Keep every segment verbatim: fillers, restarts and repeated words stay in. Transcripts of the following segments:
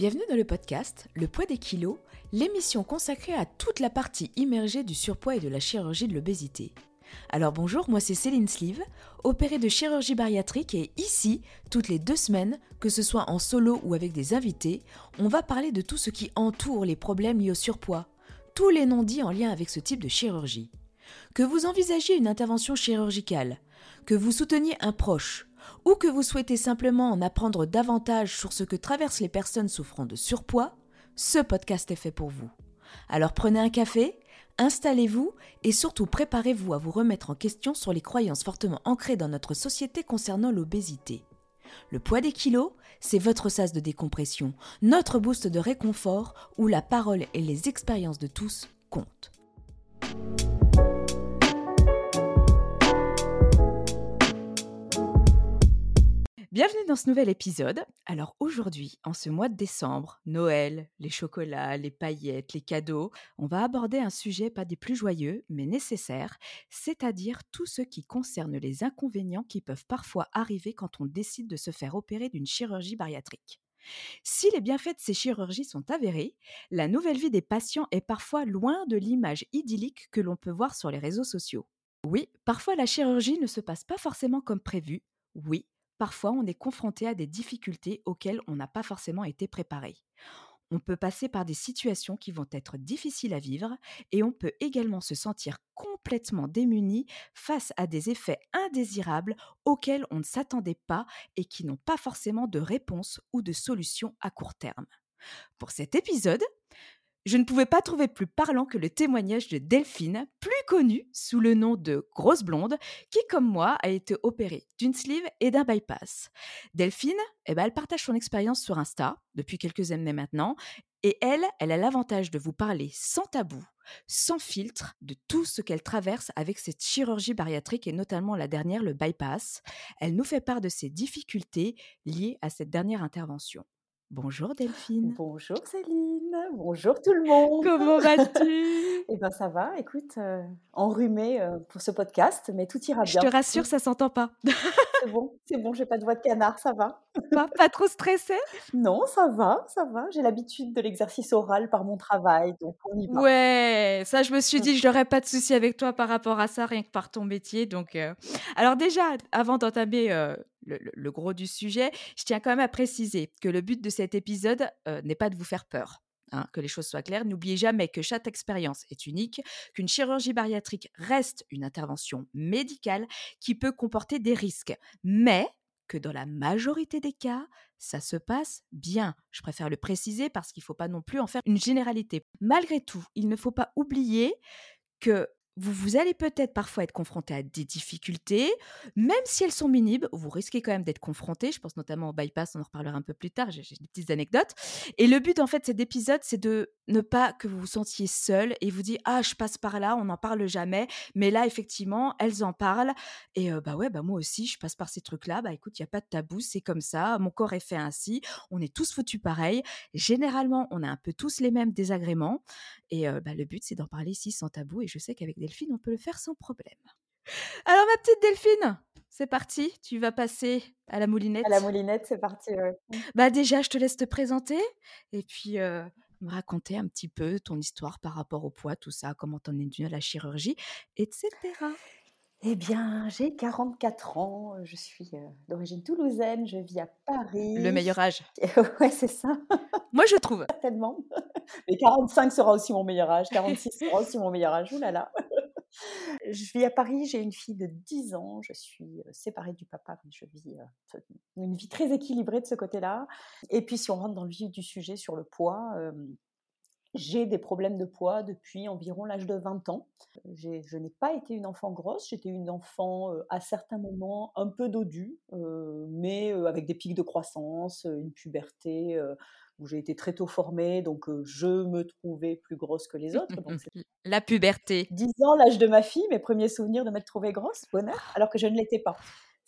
Bienvenue dans le podcast Le poids des kilos, l'émission consacrée à toute la partie immergée du surpoids et de la chirurgie de l'obésité. Alors bonjour, moi c'est Céline Sleeve, opérée de chirurgie bariatrique et ici, toutes les deux semaines, que ce soit en solo ou avec des invités, on va parler de tout ce qui entoure les problèmes liés au surpoids, tous les non-dits en lien avec ce type de chirurgie. Que vous envisagiez une intervention chirurgicale, que vous souteniez un proche, ou que vous souhaitez simplement en apprendre davantage sur ce que traversent les personnes souffrant de surpoids, ce podcast est fait pour vous. Alors prenez un café, installez-vous et surtout préparez-vous à vous remettre en question sur les croyances fortement ancrées dans notre société concernant l'obésité. Le poids des kilos, c'est votre sas de décompression, notre boost de réconfort où la parole et les expériences de tous comptent. Bienvenue dans ce nouvel épisode. Alors aujourd'hui, en ce mois de décembre, Noël, les chocolats, les paillettes, les cadeaux, on va aborder un sujet pas des plus joyeux, mais nécessaire, c'est-à-dire tout ce qui concerne les inconvénients qui peuvent parfois arriver quand on décide de se faire opérer d'une chirurgie bariatrique. Si les bienfaits de ces chirurgies sont avérés, la nouvelle vie des patients est parfois loin de l'image idyllique que l'on peut voir sur les réseaux sociaux. Oui, parfois la chirurgie ne se passe pas forcément comme prévu. Oui, parfois on est confronté à des difficultés auxquelles on n'a pas forcément été préparé. On peut passer par des situations qui vont être difficiles à vivre et on peut également se sentir complètement démuni face à des effets indésirables auxquels on ne s'attendait pas et qui n'ont pas forcément de réponse ou de solution à court terme. Pour cet épisode, je ne pouvais pas trouver plus parlant que le témoignage de Delphine, plus connue sous le nom de Grosse Blonde, qui, comme moi, a été opérée d'une sleeve et d'un bypass. Delphine, eh ben, elle partage son expérience sur Insta, depuis quelques années maintenant, et elle, elle a l'avantage de vous parler sans tabou, sans filtre, de tout ce qu'elle traverse avec cette chirurgie bariatrique et notamment la dernière, le bypass. Elle nous fait part de ses difficultés liées à cette dernière intervention. Bonjour Delphine. Bonjour Céline, bonjour tout le monde. Comment vas-tu? Eh ben ça va, écoute, euh, enrhumée euh, pour ce podcast, mais tout ira Je bien. te rassure, ça s'entend pas. C'est bon, c'est bon, j'ai pas de voix de canard, ça va. Pas, pas trop stressée? Non, ça va, ça va. J'ai l'habitude de l'exercice oral par mon travail, donc on y va. Ouais, ça je me suis Mm. dit, je n'aurais pas de souci avec toi par rapport à ça, rien que par ton métier. Donc, euh, alors déjà, avant d'entamer euh, le, le- le gros du sujet, je tiens quand même à préciser que le but de cet épisode euh, n'est pas de vous faire peur. Hein, que les choses soient claires, n'oubliez jamais que chaque expérience est unique, qu'une chirurgie bariatrique reste une intervention médicale qui peut comporter des risques, mais que dans la majorité des cas, ça se passe bien. Je préfère le préciser parce qu'il ne faut pas non plus en faire une généralité. Malgré tout, il ne faut pas oublier que vous, vous allez peut-être parfois être confronté à des difficultés, même si elles sont minimes, vous risquez quand même d'être confronté. Je pense notamment au bypass, on en reparlera un peu plus tard, j'ai, j'ai des petites anecdotes. Et le but en fait de cet épisode, c'est de ne pas que vous vous sentiez seul et vous dites « Ah, je passe par là, on n'en parle jamais. » Mais là, effectivement, elles en parlent. Et euh, bah ouais, bah moi aussi, je passe par ces trucs-là. Bah écoute, il n'y a pas de tabou, c'est comme ça. Mon corps est fait ainsi. On est tous foutus pareil. Généralement, on a un peu tous les mêmes désagréments. Et euh, bah, le but, c'est d'en parler ici sans tabou. Et je sais qu'avec Delphine, on peut le faire sans problème. Alors, ma petite Delphine, c'est parti. Tu vas passer à la À la moulinette. moulinette, c'est parti. Ouais. Bah déjà, je te laisse te présenter et puis euh, me raconter un petit peu ton histoire par rapport au poids, tout ça, comment t'en es venue à la chirurgie, et cetera. Eh bien, j'ai quarante-quatre ans, je suis euh, d'origine toulousaine, je vis à Paris. Le meilleur âge. Ouais, c'est ça. Moi, je trouve. Certainement. Mais quarante-cinq sera aussi mon meilleur âge, quarante-six sera aussi mon meilleur âge. Ouh là là. Je vis à Paris, j'ai une fille de dix ans, je suis euh, séparée du papa, mais je vis euh, une vie très équilibrée de ce côté-là. Et puis si on rentre dans le vif du sujet sur le poids, euh, j'ai des problèmes de poids depuis environ l'âge de vingt ans. J'ai, je n'ai pas été une enfant grosse, j'étais une enfant euh, à certains moments un peu dodue, euh, mais euh, avec des pics de croissance, euh, une puberté euh, où j'ai été très tôt formée, donc euh, je me trouvais plus grosse que les autres. Donc c'est La puberté. dix ans, l'âge de ma fille, mes premiers souvenirs de m'être trouvée grosse, bonheur, alors que je ne l'étais pas.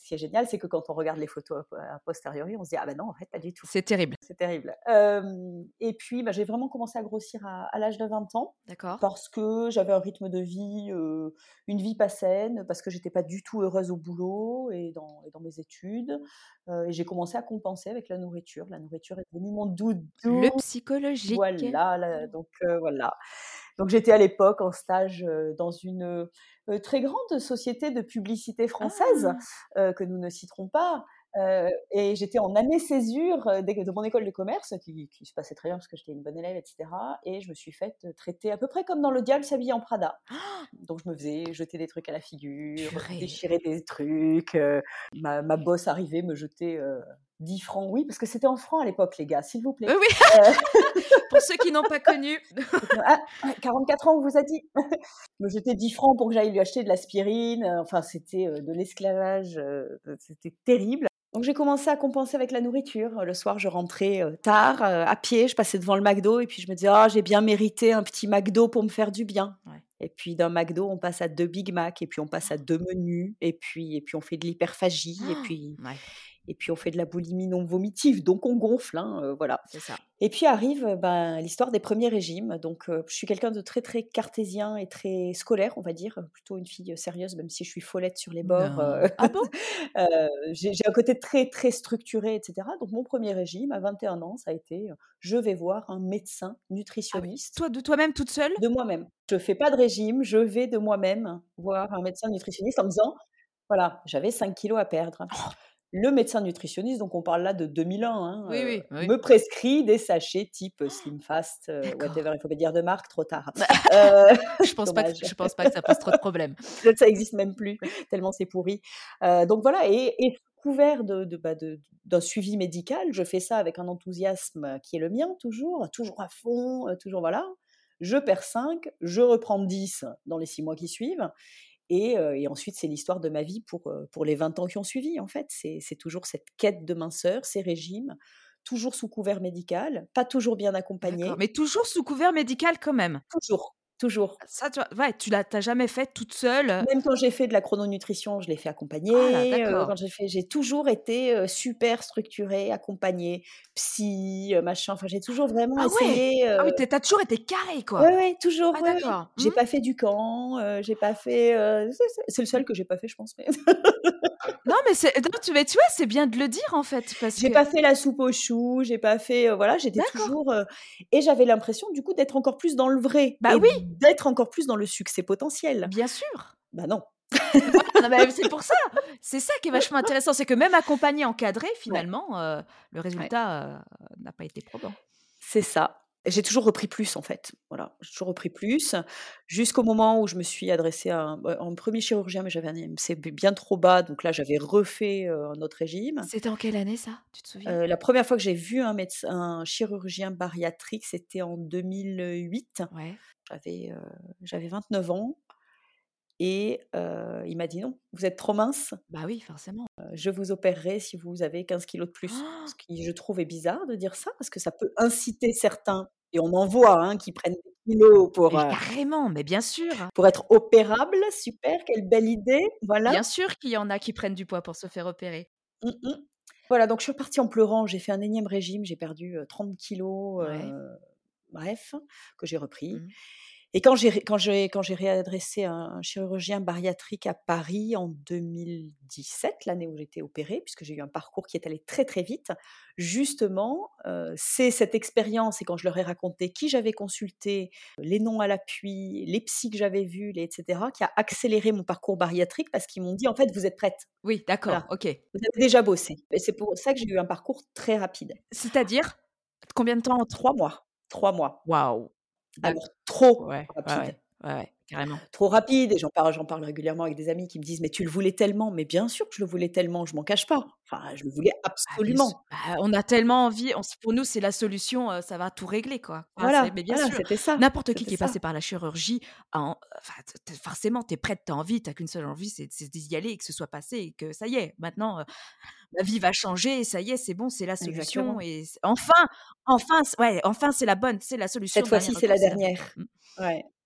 ce qui est génial, c'est que quand on regarde les photos a a posteriori, on se dit: «Ah bah non, en fait, pas du tout». C'est terrible. C'est terrible. Hem et puis, bah, j'ai vraiment commencé à grossir à à l'âge de vingt ans D'accord. parce que j'avais un rythme de vie, heu, une vie pas saine, parce que j'étais pas du tout heureuse au boulot et dans et dans mes études, heu et j'ai commencé à compenser avec la nourriture. La nourriture est devenue mon Le doudou. psychologique. Voilà, la donc heu, voilà. Donc j'étais à l'époque en stage, heu, dans une, heu heu, très grande société de publicité française, Ah! heu, que nous ne citerons pas, heu et j'étais en année césure, heu, d'éc de mon école de commerce qui qui se passait très bien parce que j'étais une bonne élève et cetera et je me suis faite, heu, traiter à peu près comme dans Le Diable s'habille en Prada. Donc je me faisais jeter des trucs à la figure, Purée. déchirer des trucs, heu, ma ma boss arrivait me jeter, heu, dix francs. Oui, parce que c'était en francs à l'époque les gars, s'il vous Oui, plaît. oui, Heu pour ceux qui n'ont pas connu. Ah, quarante-quatre ans, on vous a dit? Me jeter dix francs pour que j'aille lui acheter de l'aspirine, heu, enfin c'était, heu, de l'esclavage, heu, c'était terrible. Donc j'ai commencé à compenser avec la nourriture. Le soir, je rentrais, heu, tard, heu, à pied, je passais devant le McDo et puis je me disais: «Ah, j'ai bien mérité un petit McDo pour me faire du bien». Ouais. Et puis d'un McDo, on passe à deux Big Mac et puis on passe à deux menus et puis et puis on fait de l'hyperphagie et puis Ouais, et puis on fait de la boulimie non vomitive, donc on gonfle, hein, heu, voilà. c'est ça. Et puis arrive, heu, ben, l'histoire des premiers régimes. Donc heu, je suis quelqu'un de très, très cartésien et très scolaire, on va dire, plutôt une fille, heu, sérieuse, même si je suis follette sur les bords, heu Non. Ah bon? heu, j'ai j'ai un côté très, très structuré et cetera. Donc mon premier régime à vingt et un ans, ça a été, heu, je vais voir un médecin Ah oui. nutritionniste Toi, de toi-même, toute seule? de moi-même. Je fais pas de régime, je vais de moi-même voir un médecin nutritionniste en me disant voilà, j'avais cinq kilos à perdre. Oh! Le médecin nutritionniste, donc on parle là de deux mille un, hein, Oui, heu, oui, oui. me prescrit des sachets type, Slim Fast, heu, whatever, D'accord. il faut pas dire de marque, trop tard. Heu, Je pense pas que dommage. je pense pas que ça pose trop de problèmes. Peut-être ça existe même plus, tellement c'est pourri. Heu, donc voilà et et sous couvert de de, bah, de d'un suivi médical, je fais ça avec un enthousiasme qui est le mien toujours, toujours à fond, heu, toujours voilà. Je perds cinq, je reprends dix dans les six mois qui suivent et heu et ensuite c'est l'histoire de ma vie pour, heu, pour les vingt ans qui ont suivi en fait. C'est c'est toujours cette quête de minceur, ces régimes, toujours sous couvert médical, pas toujours bien D'accord, accompagné. mais toujours sous couvert médical quand même? Toujours, toujours. Ça, tu vois ouais, tu l'as tu as jamais fait toute seule, heu? Même quand j'ai fait de la chrononutrition, je l'ai fait Ah là, accompagner, heu, d'accord. quand j'ai fait j'ai toujours été, heu, super structurée, accompagnée, psy, heu, machin, enfin j'ai toujours vraiment Ah ouais! essayé, Ah heu oui, tu es tu as toujours été carrée, quoi? ouais, ouais, toujours, Ah ouais, ouais. d'accord. Mmh. J'ai pas fait du camp, heu, j'ai pas fait, heu, c'est c'est c'est le seul que j'ai pas fait, je pense, mais Non, mais c'est non, tu mais tu vois, c'est bien de le dire, en fait, parce j'ai que pas fait la soupe aux choux, j'ai pas fait, heu, voilà, j'étais d'accord. toujours, heu et j'avais l'impression du coup d'être encore plus dans le vrai Bah et oui, d'être encore plus dans le succès potentiel. bien sûr. Bah non. Voilà, non, mais c'est pour ça. C'est ça qui est vachement intéressant, c'est que même accompagné, encadré, Ouais, finalement, heu, le ouais. résultat, heu, n'a pas été probant. C'est ça. J'ai toujours repris plus en fait, voilà. J'ai toujours repris plus, jusqu'au moment où je me suis adressée à un bah, un premier chirurgien, mais j'avais un I M C b bien trop bas, donc là j'avais refait, heu, un autre régime. C'était en quelle année ça? Tu te souviens? Heu, la première fois que j'ai vu un médecin un chirurgien bariatrique, c'était en deux mille huit. Ouais. J'avais, heu, j'avais vingt-neuf ans et heu, il m'a dit: «Non, vous êtes trop mince, Bah oui, forcément. heu, je vous opérerai si vous avez quinze kilos de plus». Ce qui je trouve est bizarre de dire ça, parce que ça peut inciter certains et on en voit, hein, qui prennent des kilos pour, Mais heu, carrément, mais bien sûr. pour être opérables. Super, quelle belle idée, voilà. Bien sûr qu'il y en a qui prennent du poids pour se faire opérer. Mmh mh. Voilà, donc je suis repartie en pleurant, j'ai fait un énième régime, j'ai perdu, heu, trente kilos, Ouais. heu, bref, que j'ai repris. Mmh. Et quand j'ai ré quand j'ai quand j'ai réadressé un un chirurgien bariatrique à Paris en deux mille dix-sept, l'année où j'ai été opérée, puisque j'ai eu un parcours qui est allé très, très vite, justement, heu, c'est cette expérience et quand je leur ai raconté qui j'avais consulté, les noms à l'appui, les psys que j'avais vus, les et cetera, qui a accéléré mon parcours bariatrique parce qu'ils m'ont dit: «En fait, vous êtes prête. Oui, d'accord, Voilà, OK. vous avez déjà bossé» et c'est pour ça que j'ai eu un parcours très rapide. C'est-à-dire? Combien de temps entre Trois mois, trois mois. waouh! Alors D'acc trop ouais, ouais, rapide. ouais, ouais, ouais, carrément. Trop rapide et j'en parle j'en parle régulièrement avec des amis qui me disent: «Mais tu le voulais tellement», mais bien sûr que je le voulais tellement, je m'en cache pas. Enfin, je le voulais Ah bien sûr, absolument. bah, on a tellement envie on s pour nous, c'est la solution, heu, ça va tout régler, quoi. Enfin, c'est Voilà, mais bien voilà, sûr, c'était ça, n'importe qui c'était qui est ça. passé par la chirurgie a en enfin, t t forcément, tu es prête, tu as envie, tu as qu'une seule envie, c'est c'est d'y aller et que ce soit passé et que ça y est, maintenant, heu, ma vie va changer et ça y est, c'est bon, c'est la solution Exactement. et c enfin enfin c ouais, enfin c'est la bonne, c'est la Cette solution, dernier fois-ci, c'est recours, la c'est la bonne. dernière. Mmh. Ouais.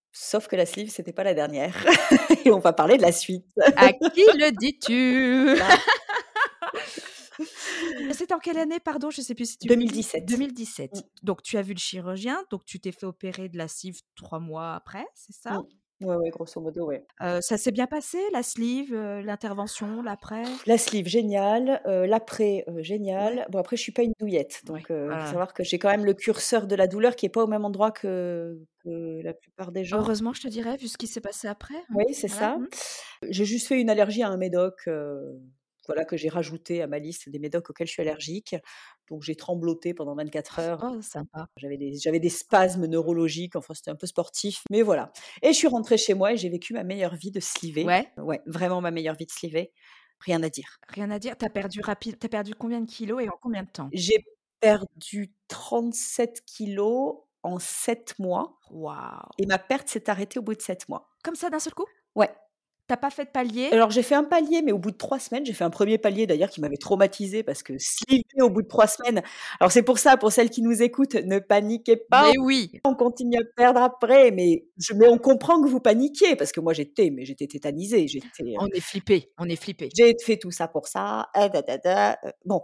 Sauf que la sleeve, c'était pas la dernière et on va parler de la suite. À qui le dis-tu? Voilà. C'était en quelle année, pardon? Je sais plus si tu deux l'as mille dit. dix-sept. Mmh. deux mille dix-sept. Donc tu as vu le chirurgien, donc tu t'es fait opérer de la sleeve trois mois après, c'est ça? Mmh. Ouais, ouais, grosso modo, ouais. Heu, ça s'est bien passé la sleeve, heu, l'intervention, l'après? La sleeve, génial, heu, l'après, heu, Ouais, génial. Bon après je suis pas une douillette, ouais. donc heu, il faut Heu, savoir que j'ai quand même le curseur de la douleur qui est pas au même endroit que que la plupart des gens. heureusement, je te dirais, vu ce qui s'est passé après, hein. Oui, c'est Voilà, ça. mmh. J'ai juste fait une allergie à un médoc, heu, voilà, que j'ai rajouté à ma liste des médocs auxquels je suis allergique. Donc j'ai trembloté pendant vingt-quatre heures. Oh sympa. J'avais des j'avais des spasmes neurologiques, enfin c'était un peu sportif, mais voilà. Et je suis rentrée chez moi et j'ai vécu ma meilleure vie de slivée. Ouais, Ouais, vraiment ma meilleure vie de slivée, rien à dire. rien à dire. Tu as perdu rapide tu as perdu combien de kilos et en combien de temps? J'ai perdu trente-sept kilos en sept mois Waouh! et ma perte s'est arrêtée au bout de sept mois. Comme ça d'un seul coup? Ouais. Tu as pas fait de palier? Alors j'ai fait un palier, mais au bout de trois semaines, j'ai fait un premier palier d'ailleurs qui m'avait traumatisée parce que sliver au bout de trois semaines, alors c'est pour ça, pour celles qui nous écoutent, ne paniquez pas, Mais oui! on continue à perdre après, mais je mais on comprend que vous paniquiez parce que moi j'étais mais j'étais tétanisée, j'étais, heu, On est flippés, on est flippés. j'ai fait tout ça pour ça, ah da da da, heu, bon.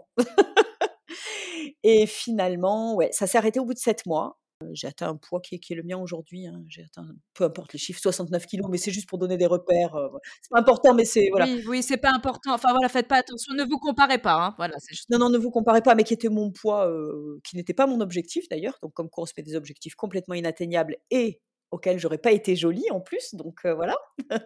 Et finalement, ouais, ça s'est arrêté au bout de sept mois. Heu, j'ai atteint un poids qui est qui est le mien aujourd'hui, hein. J'ai atteint, peu importe les chiffres, soixante-neuf kilos, mais c'est juste pour donner des repères, heu, c'est pas important, mais c'est voilà. Oui, oui, c'est pas important. Enfin voilà, faites pas attention, ne vous comparez pas, hein. Voilà, c'est juste Non, non, ne vous comparez pas, mais qui était mon poids, heu, qui n'était pas mon objectif d'ailleurs, donc comme quoi on se met des objectifs complètement inatteignables et auxquels j'aurais pas été jolie en plus, donc heu, voilà.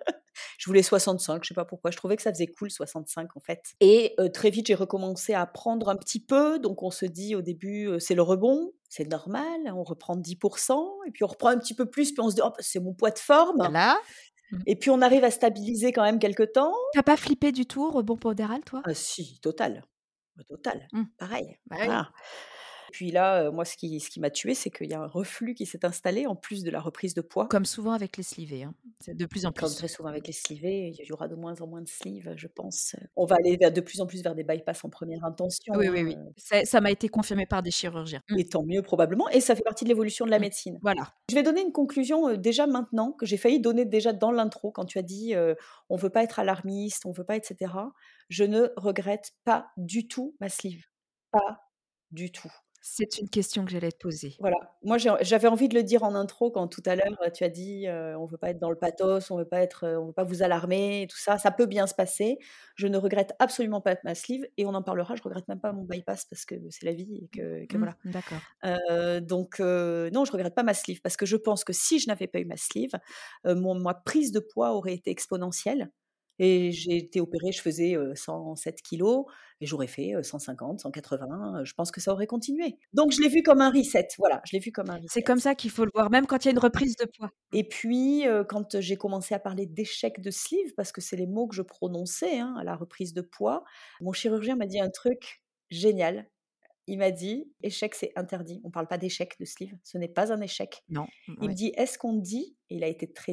Je voulais soixante-cinq, je sais pas pourquoi, je trouvais que ça faisait cool soixante-cinq en fait et heu, très vite j'ai recommencé à prendre un petit peu, donc on se dit au début, heu: «C'est le rebond, c'est normal, on reprend dix et puis on reprend un petit peu plus, puis on se dit: «Oh bah, c'est mon poids de forme» voilà. Mmh. et puis on arrive à stabiliser quand même quelque temps. Tu as pas flippé du tout, rebond pondéral, toi? Ah si, total, bah, total, Mmh. pareil, Bah oui. voilà. Puis là, heu, moi ce qui ce qui m'a tuée, c'est qu'il y a un reflux qui s'est installé en plus de la reprise de poids. Comme souvent avec les slivés, hein. C'est de plus en Comme plus. très souvent avec les slivés, il y aura de moins en moins de sleeves, je pense. On va aller vers de plus en plus vers des bypass en première intention, Oui, oui, hein, oui. heu C'est ça m'a été confirmé par des chirurgiens. Mmh, et tant mieux probablement et ça fait partie de l'évolution de la mmh. médecine. Voilà. Je vais donner une conclusion, heu, déjà maintenant, que j'ai failli donner déjà dans l'intro quand tu as dit, heu: «On veut pas être alarmiste, on veut pas et cetera». Je ne regrette pas du tout ma sleeve, pas du tout. C'est une question que j'allais te poser. Voilà, moi j'ai j'avais envie de le dire en intro quand tout à l'heure, heu, tu as dit, heu: «On veut pas être dans le pathos, on veut pas être, heu, on veut pas vous alarmer et tout ça, ça peut bien se passer». Je ne regrette absolument pas ma sleeve et on en parlera, je regrette même pas mon bypass parce que c'est la vie et que que Mmh, voilà. d'accord. Heu, donc heu, non, je regrette pas ma sleeve parce que je pense que si je n'avais pas eu ma sleeve, heu, mon ma prise de poids aurait été exponentielle et j'ai été opérée, je faisais, heu, cent sept kilogrammes et j'aurais fait, heu, cent cinquante, cent quatre-vingts, heu, je pense que ça aurait continué. Donc je l'ai vu comme un reset, voilà, je l'ai vu comme un C'est reset. comme ça qu'il faut le voir, même quand il y a une reprise de poids. Mmh. Et puis, heu, quand j'ai commencé à parler d'échec de sleeve, parce que c'est les mots que je prononçais, hein, à la reprise de poids, mon chirurgien m'a dit un truc génial. Il m'a dit: «Échec, c'est interdit. On parle pas d'échec de sleeve, ce n'est pas un échec». Non, Il me oui. dit: «Est-ce qu'on dit» et il a été très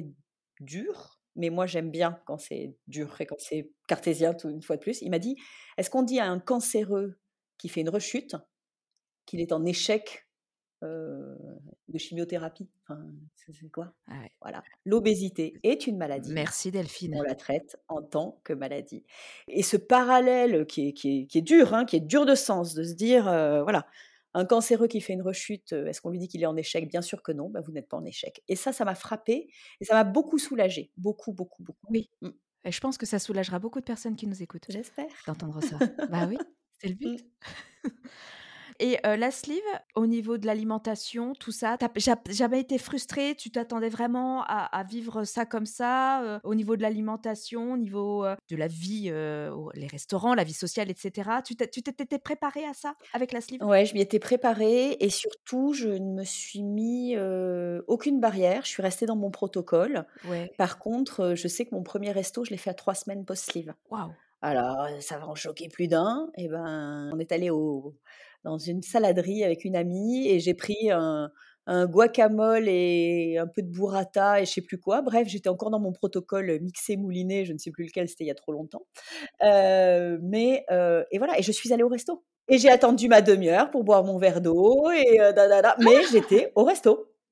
dur, mais moi j'aime bien quand c'est dur et quand c'est cartésien tout une fois de plus. Il m'a dit: «Est-ce qu'on dit à un cancéreux qui fait une rechute qu'il est en échec, heu, de chimiothérapie?» Enfin, c'est c'est quoi? Ah ouais. Voilà. L'obésité est une maladie, Merci Delphine. on la traite en tant que maladie et ce parallèle qui est qui est qui est dur, hein, qui est dur de sens, de se dire, heu, voilà, un cancéreux qui fait une rechute, heu, est-ce qu'on lui dit qu'il est en échec? Bien sûr que non, bah, vous n'êtes pas en échec et ça, ça m'a frappée et ça m'a beaucoup soulagée, beaucoup, beaucoup, beaucoup. Oui, Mmh, et je pense que ça soulagera beaucoup de personnes qui nous écoutent, j'espère. d'entendre ça. Bah oui, c'est le Mmh. but. Et heu, la sleeve, au niveau de l'alimentation, tout ça, tu as ja jamais été frustrée? Tu t'attendais vraiment à à vivre ça comme ça, heu, au niveau de l'alimentation, au niveau, heu, de la vie, heu, au les restaurants, la vie sociale et cetera? Tu t'es tu t'étais préparée à ça avec la sleeve? Ouais, je m'y étais préparée et surtout je ne me suis mis, heu, aucune barrière. Je suis restée dans mon protocole. Ouais. Par contre, heu, je sais que mon premier resto, je l'ai fait à trois semaines post-sleeve. Waouh! Alors, heu, ça va en choquer plus d'un et ben, on est allé au dans une saladerie avec une amie et j'ai pris un un guacamole et un peu de burrata et je sais plus quoi. Bref, j'étais encore dans mon protocole, mixé mouliné, je ne sais plus lequel, c'était il y a trop longtemps. Heu, mais heu et voilà et je suis allée au resto et j'ai attendu ma demi heure pour boire mon verre d'eau et heu, da da da, mais j'étais au resto.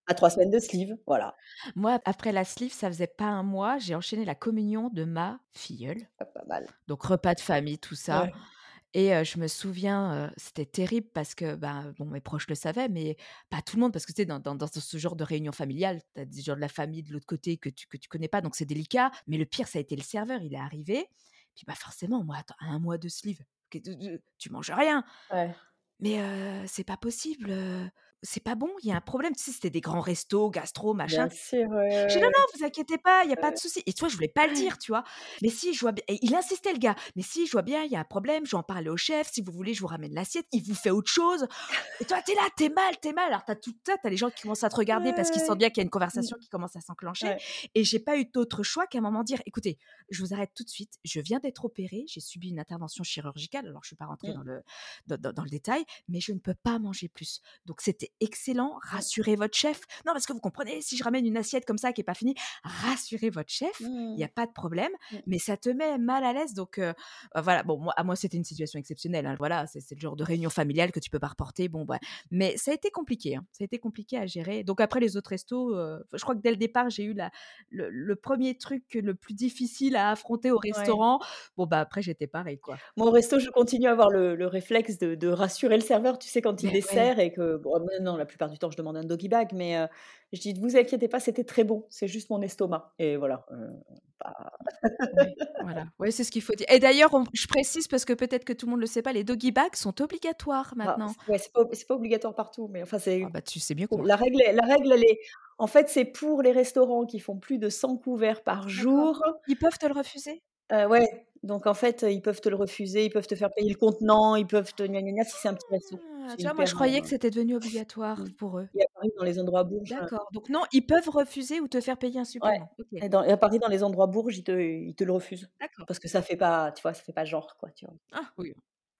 À trois semaines de sleeve, voilà. Moi, après la sleeve, ça faisait pas un mois, j'ai enchaîné la communion de ma filleule. Ah, pas mal. Donc repas de famille, tout ça Ouais. et heu, je me souviens, heu, c'était terrible parce que, ben, bon, mes proches le savaient, mais pas tout le monde parce que tu sais, dans dans dans ce genre de réunion familiale, tu as des gens de la famille de l'autre côté que tu que tu connais pas, donc c'est délicat. Mais le pire, ça a été le serveur, il est arrivé, puis, bah, forcément, moi, attends, un mois de sleeve, que tu tu tu manges rien. Ouais. Mais heu, c'est pas possible, heu, c'est pas bon, il y a un problème. Tu sais, c'était des grands restos, gastro, machin. Bien sûr, ouais, ouais, Je dis: «Non, ouais. non, vous inquiétez pas, il y a pas de Ouais. souci» et tu vois, je voulais pas le dire, tu vois? «Mais si, je vois bien» et il insistait le gars: «Mais si, je vois bien, il y a un problème, je vais en parler au chef, si vous voulez, je vous ramène l'assiette». Il vous fait autre chose et toi, tu es là, tu es mal, tu es mal. Alors tu as tout ça, tu as les gens qui commencent à te Ouais, regarder parce qu'ils sentent ouais. bien qu'il y a une Mmh. conversation qui commence à s'enclencher Ouais. et j'ai pas eu d'autre choix qu'à un moment dire: «Écoutez, je vous arrête tout de suite, je viens d'être opérée, j'ai subi une intervention chirurgicale». Alors je suis pas rentrée dans Mmh. le dans dans dans le détail, mais je ne peux pas manger plus. Donc c'était excellent, Mmh. rassurez votre chef. Non, parce que vous comprenez, si je ramène une assiette comme ça qui est pas finie, rassurez votre chef, il y a Mmh. pas de problème, Mmh. mais ça te met mal à l'aise donc heu, heu, voilà. Bon, moi à moi, c'était une situation exceptionnelle, hein, voilà, c'est c'est le genre de réunion familiale que tu peux pas reporter, bon, bah, mais ça a été compliqué, hein, ça a été compliqué à gérer. Donc après les autres restos, heu, je crois que dès le départ, j'ai eu la le le premier truc le plus difficile à affronter au Ouais. restaurant. Bon, bah, après j'étais pareil, quoi. Moi, au resto, je continue à avoir le le réflexe de de rassurer le serveur, tu sais, quand il Beh, ouais. dessert et que bon, maintenant, la plupart du temps, je demande un doggy bag, mais heu, je dis: «Ne vous inquiétez pas, c'était très bon, c'est juste mon estomac» et voilà, heu, pas Ouais, voilà. Ouais, c'est ce qu'il faut dire et d'ailleurs, on je précise parce que peut-être que tout le monde le sait pas, les doggy bags sont obligatoires ah, maintenant. c ouais, c'est pas c'est pas obligatoire partout, mais enfin, Ah c'est bah, tu sais mieux que pour moi. la règle est la règle, elle est en fait, c'est pour les restaurants qui font plus de cent couverts par D'accord. jour. Ils peuvent te le refuser? Heu, ouais, donc en fait, ils peuvent te le refuser, ils peuvent te faire payer le contenant, ils peuvent te gna gna gna si c'est un petit resto. Ah, C'est tu vois, moi, hyper, je croyais que heu, c'était devenu obligatoire mmh pour eux. et à Paris, dans les endroits bourges, heu D'accord, donc non, ils peuvent refuser ou te faire payer un ouais supplément? OK. et dans et à Paris, dans les endroits bourges, ils te ils te le refusent D'accord. parce que ça fait pas, tu vois, ça fait pas genre, quoi, tu vois? Ah oui.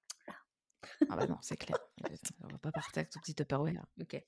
Ah bah non, c'est clair. Heu, on va pas partir avec ton petit Tupperware. OK.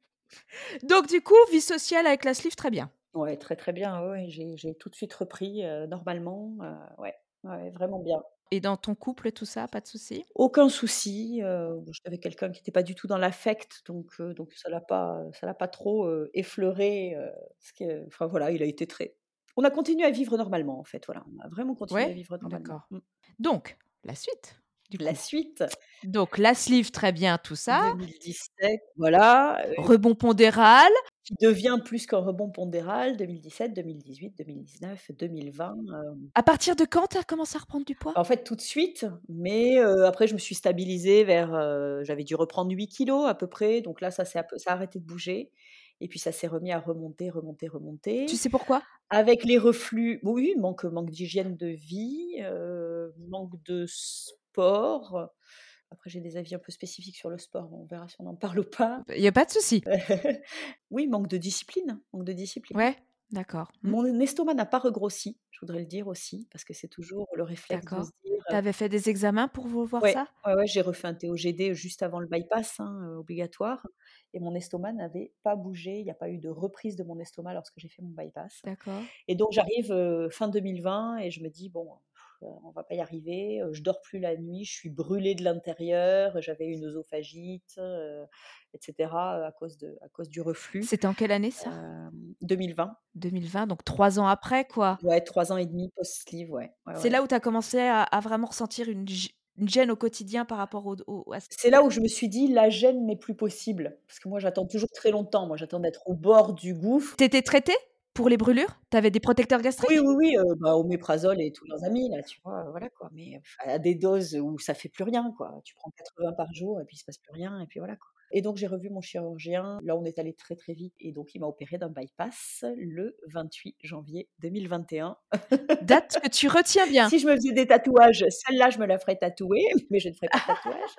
Donc du coup, vie sociale avec la sleeve, très bien Ouais, très, très bien, ouais, ouais, j'ai j'ai tout de suite repris, heu, normalement, heu, ouais, ouais, vraiment bien. et dans ton couple, tout ça, pas de souci? Aucun souci, heu, bon, j'étais avec quelqu'un qui était pas du tout dans l'affect, donc heu, donc ça l'a pas, ça l'a pas trop, heu, effleuré, heu, ce que enfin voilà, il a été très on a continué à vivre normalement, en fait, voilà, on a vraiment continué à Ouais? vivre normalement. D'accord. Mmh. Donc la suite, du La coup? suite, Donc la sleeve, très bien, tout ça. deux mille dix-sept, voilà, heu, Rebond pondéral. qui devient plus qu'un rebond pondéral, deux mille dix-sept, deux mille dix-huit, deux mille dix-neuf, deux mille vingt, heu, À partir de quand tu as commencé à reprendre du poids? en fait, tout de suite, mais heu, après je me suis stabilisée vers, heu, j'avais dû reprendre huit kilogrammes à peu près, donc là ça s'est un peu ça a arrêté de bouger et puis ça s'est remis à remonter, remonter, Tu remonter. sais pourquoi? Avec les reflux, oui, manque manque d'hygiène de vie, heu, manque de sport. Après j'ai des avis un peu spécifiques sur le sport, on verra si on en parle ou pas. Il y a pas de souci. Oui, manque de discipline, manque de discipline. Ouais, d'accord. Mmh, Mon estomac n'a pas regrossi, je voudrais le dire aussi, parce que c'est toujours le réflexe de d'accord. se dire, Tu avais fait des examens pour vo voir ouais, ça? ouais, ouais, j'ai refait un T O G D juste avant le bypass, hein, heu, obligatoire et mon estomac n'avait pas bougé. Il y a pas eu de reprise de mon estomac lorsque j'ai fait mon bypass D'accord. et donc j'arrive, heu, fin deux mille vingt et je me dis: «Bon, heu, on va pas y arriver», heu, je dors plus la nuit, je suis brûlée de l'intérieur, j'avais une œsophagite, heu et cetera, heu, à cause de à cause du reflux. C'était en quelle année ça? Hem, deux mille vingt, deux mille vingt, donc trois ans après, quoi. ouais, trois ans et demi post-sleeve, ouais, ouais, C'est ouais. là où tu as commencé à à vraiment ressentir une gê une gêne au quotidien par rapport au au à ce C'est là où je me suis dit: «La gêne n'est plus possible», parce que moi j'attends toujours très longtemps. Moi j'attends d'être au bord du gouffre. tu étais traitée pour les brûlures? Tu avais des protecteurs Oui, gastriques? oui, oui, heu, bah, oméprazole et tous leurs amis là, tu vois? Heu, voilà quoi, mais enfin à des doses où ça fait plus rien quoi. Tu prends quatre-vingts par jour et puis il se passe plus rien et puis voilà quoi. Et donc j'ai revu mon chirurgien. Là on est allé très, très vite et donc il m'a opérée d'un bypass le vingt-huit janvier deux mille vingt et un. Date que tu retiens bien. Si je me faisais des tatouages, celle-là je me la ferais tatouer, mais je ne ferai pas de tatouage.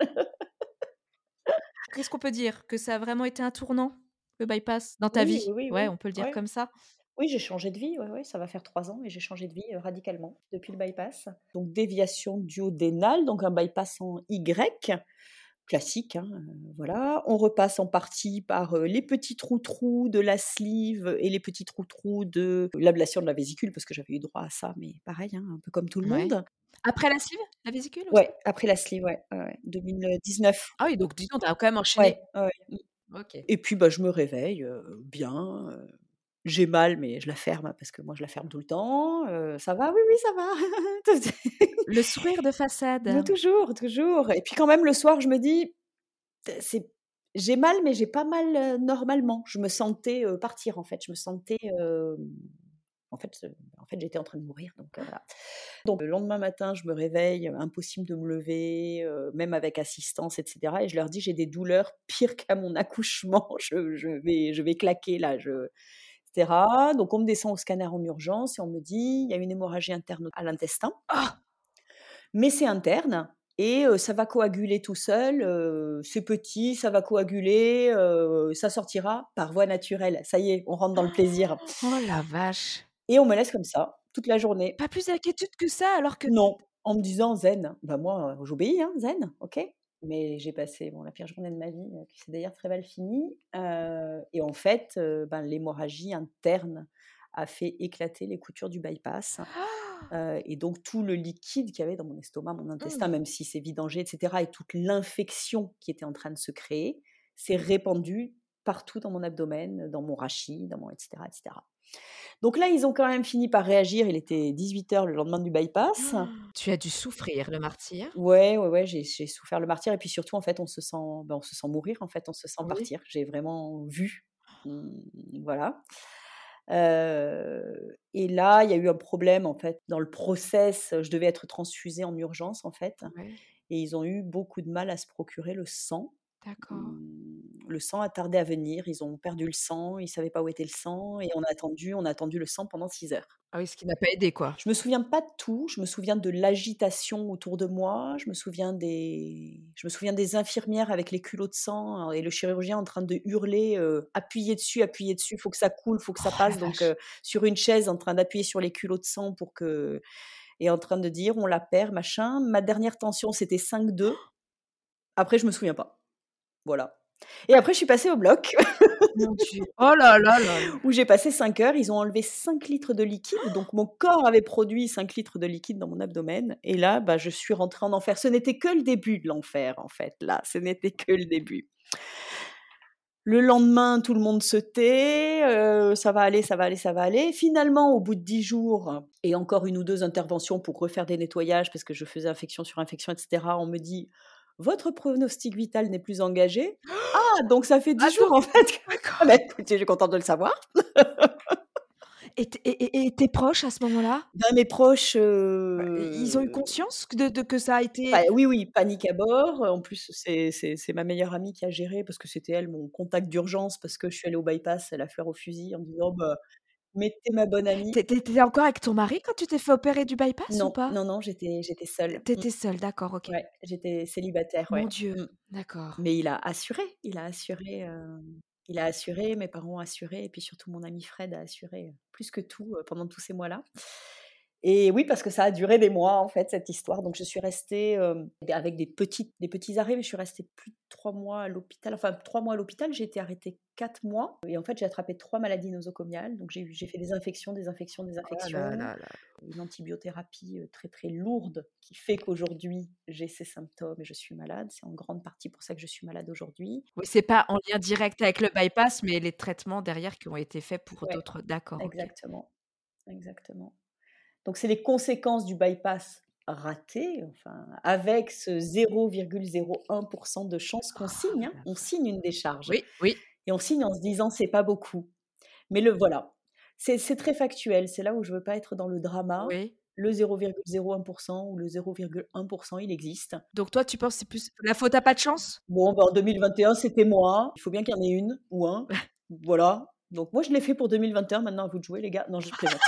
Qu'est-ce qu'on peut dire? Que ça a vraiment été un tournant, le bypass, dans ta Oui, vie? oui, oui, Ouais, oui, on peut le dire ouais. comme ça? Oui, j'ai changé de vie, ouais, ouais, ça va faire trois ans et j'ai changé de vie, heu, radicalement depuis le bypass. Donc déviation duodénale, donc un bypass en Y, classique, hein, heu, voilà. On repasse en partie par, heu, les petits trous-trous de la sleeve et les petits trous-trous de l'ablation de la vésicule parce que j'avais eu droit à ça, mais pareil, hein, un peu comme tout le Ouais. monde. Après la sleeve? La vésicule aussi? Ouais, après la sleeve, ouais, ouais, ouais, deux mille dix-neuf. Ah oui, donc dis donc, tu as quand même Ouais, enchaîné ouais, ouais. Mmh. OK. Et puis, bah, je me réveille, heu, bien, heu, j'ai mal, mais je la ferme, hein, parce que moi je la ferme tout le temps, heu: «Ça va? Oui, oui, ça va». Tout Le sourire de Mais façade. toujours, toujours et puis quand même le soir je me dis: «T c'est j'ai mal, mais j'ai pas mal, heu, normalement». Je me sentais, heu, partir en fait, je me sentais, hem, en fait, heu, en fait j'étais en train de mourir donc heu, voilà. Donc le lendemain matin, je me réveille, impossible de me lever, heu, même avec assistance et cetera et je leur dis: «J'ai des douleurs pires qu'à mon accouchement, je je vais je vais claquer là, je» et cetera. Donc on me descend au scanner en urgence et on me dit: «Il y a une hémorragie interne à l'intestin» Ah! «mais c'est interne et heu, ça va coaguler tout seul, heu, c'est petit, ça va coaguler, heu, ça sortira par voie naturelle». Ça y est, on rentre dans le plaisir Oh la vache! et on me laisse comme ça, toute la journée. Pas plus d'inquiétude que ça alors que tu Non, en me disant: «Zen». Bah, moi, heu, j'obéis, hein, zen, OK. Mais j'ai passé, bon, la pire journée de ma vie, heu, qui s'est d'ailleurs très mal finie, heu et en fait, heu, ben, l'hémorragie interne a fait éclater les coutures du bypass, heu et donc tout le liquide qu'il y avait dans mon estomac, mon intestin, Mmh. même si c'est vidangé et cetera et toute l'infection qui était en train de se créer, s'est répandue partout dans mon abdomen, dans mon rachis, dans mon et cetera et cetera. Donc là, ils ont quand même fini par réagir, il était dix-huit heures le lendemain du bypass. Tu as dû souffrir le martyre? Ouais, ouais, ouais, j'ai j'ai souffert le martyre et puis surtout, en fait, on se sent, bah, on se sent mourir, en fait, on se sent Oui. partir. J'ai vraiment vu, mmh, voilà, heu et là, il y a eu un problème, en fait, dans le process, je devais être transfusée en urgence, en fait Ouais, et ils ont eu beaucoup de mal à se procurer le sang. d'accord. Mmh, le sang a tardé à venir, ils ont perdu le sang, ils savaient pas où était le sang et on a attendu on a attendu le sang pendant six heures. Ah oui, ce qui n'a pas aidé, quoi. Je me souviens pas de tout, je me souviens de l'agitation autour de moi, je me souviens des je me souviens des infirmières avec les culots de sang, heu et le chirurgien en train de hurler, heu: «Appuyez dessus, appuyez dessus, faut que ça coule, faut que ça Oh la passe», donc vache! heu, sur une chaise en train d'appuyer sur les culots de sang pour que et en train de dire: «On la perd, machin». Ma dernière tension, c'était cinq deux. Après, je me souviens pas. Voilà et après, je suis passée au bloc. Mon Dieu! Oh là là là là! Où j'ai passé cinq heures, ils ont enlevé cinq litres de liquide, donc mon corps avait produit cinq litres de liquide dans mon abdomen et là, bah, je suis rentrée en enfer. Ce n'était que le début de l'enfer, en fait, là, ce n'était que le début. Le lendemain, tout le monde se tait, heu, ça va aller, ça va aller, ça va aller. Finalement, au bout de dix jours et encore une ou deux interventions pour refaire des nettoyages parce que je faisais infection sur infection et cetera, on me dit: «Votre pronostic vital n'est plus engagé». Ah! Donc ça fait dix Ah jours, donc en fait que ah bah, d'accord. écoutez, je suis contente de le savoir. Et t et et et tes proches à ce moment-là? Ben, mes proches, Bah, i ils ont eu heu, conscience que de de que ça a été bah, oui, oui, panique à bord. En plus, c'est c'est c'est ma meilleure amie qui a géré parce que c'était elle mon contact d'urgence parce que je suis allée au bypass, la fleur au fusil en me disant: «Bah, mettez ma bonne amie». tu étais tu étais encore avec ton mari quand tu t'es fait opérer du bypass ou Non, pas? non, non, j'étais j'étais seule. Tu Mmh. étais seule, d'accord, OK. Ouais, j'étais célibataire, Mon ouais. Dieu, Mmh. d'accord. Mais il a assuré, il a assuré, heu, il a assuré, mes parents ont assuré et puis surtout mon ami Fred a assuré, heu, plus que tout, heu, pendant tous ces mois-là. Et oui, parce que ça a duré des mois, en fait, cette histoire. Donc je suis restée, hem, avec des petites des petits arrêts, mais je suis restée plus de trois mois à l'hôpital. Enfin, trois mois à l'hôpital, j'ai été arrêtée quatre mois et en fait, j'ai attrapé trois maladies nosocomiales. Donc j'ai eu j'ai fait des infections, des infections, des Oh là infections, là là. une antibiothérapie, heu, très, très lourde qui fait qu'aujourd'hui, j'ai ces symptômes et je suis malade. C'est en grande partie pour ça que je suis malade aujourd'hui. Oui, c'est pas en lien direct avec le bypass, mais les traitements derrière qui ont été faits pour Ouais, d'autres d'accord, OK. exactement, exactement. Donc c'est les conséquences du bypass raté, enfin, avec ce zéro virgule zéro un de chance qu'on Oh signe, hein. la On vache. signe une décharge Oui, oui. et on signe en se disant: «C'est pas beaucoup». Mais le voilà, c'est c'est très factuel, c'est là où je veux pas être dans le drama. Oui. Le zéro virgule zéro un ou le zéro virgule un il existe. Donc toi, tu penses que c'est plus la faute à pas de chance? Bon, bah, en deux mille vingt et un, c'était moi. Il faut bien qu'il y en ait une ou un. Voilà. Donc moi, je l'ai fait pour deux mille vingt et un. Maintenant, à vous de jouer, les gars. Non, je plaisante.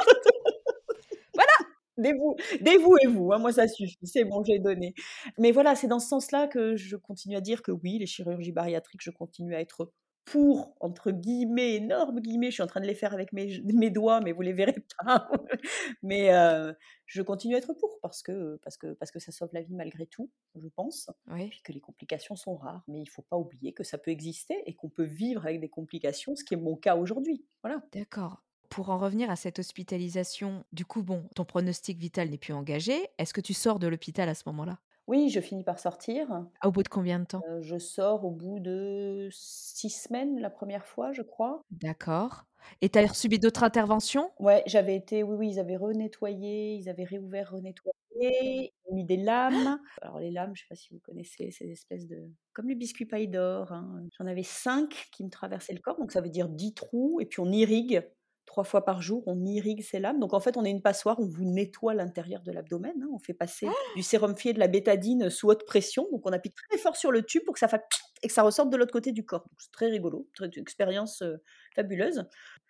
Voilà! Dévou dévouez-vous, hein, moi ça suffit, c'est bon, j'ai donné. Mais voilà, c'est dans ce sens-là que je continue à dire que oui, les chirurgies bariatriques, je continue à être «pour» entre guillemets, énormes guillemets, je suis en train de les faire avec mes j mes doigts, mais vous les verrez pas. Mais heu, je continue à être pour parce que, parce que parce que ça sauve la vie malgré tout, je pense. Oui, Puis que les complications sont rares, mais il faut pas oublier que ça peut exister et qu'on peut vivre avec des complications, ce qui est mon cas aujourd'hui. Voilà. d'accord. Pour en revenir à cette hospitalisation, du coup, bon, ton pronostic vital n'est plus engagé. Est-ce que tu sors de l'hôpital à ce moment-là? Oui, je finis par sortir. Au bout de combien de temps? Heu, je sors au bout de six semaines la première fois, je crois. D'accord et tu as subi d'autres interventions? Ouais, j'avais été oui, oui, ils avaient renettoyé, ils avaient réouvert, renettoyé, mis des lames. Alors les lames, je sais pas si vous connaissez, c'est des espèces de comme les biscuits paille d'or, hein. J'en avais cinq qui me traversaient le corps, donc ça veut dire dix trous et puis on irrigue trois fois par jour, on irrigue ces lames. Donc en fait, on est une passoire, on vous nettoie l'intérieur de l'abdomen, hein. On fait passer du sérum fié, de la bétadine sous haute pression, donc on appuie très fort sur le tube pour que ça fasse et que ça ressorte de l'autre côté du corps. Donc c'est très rigolo, très expérience, heu, fabuleuse.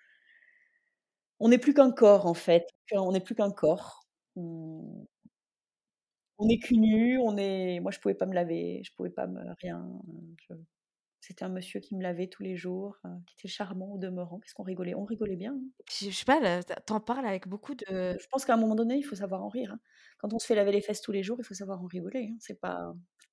On n'est plus qu'un corps en fait, on n'est plus qu'un corps. On on est cul nu, on est moi je pouvais pas me laver, je pouvais pas me rien, je c'était un monsieur qui me lavait tous les jours, heu, qui était charmant au demeurant. Qu'est-ce qu'on rigolait? On rigolait bien, hein. Je je sais pas là, tu tu en parles avec beaucoup de Je pense qu'à un moment donné, il faut savoir en rire, hein. Quand on se fait laver les fesses tous les jours, il faut savoir en rigoler, hein. C'est pas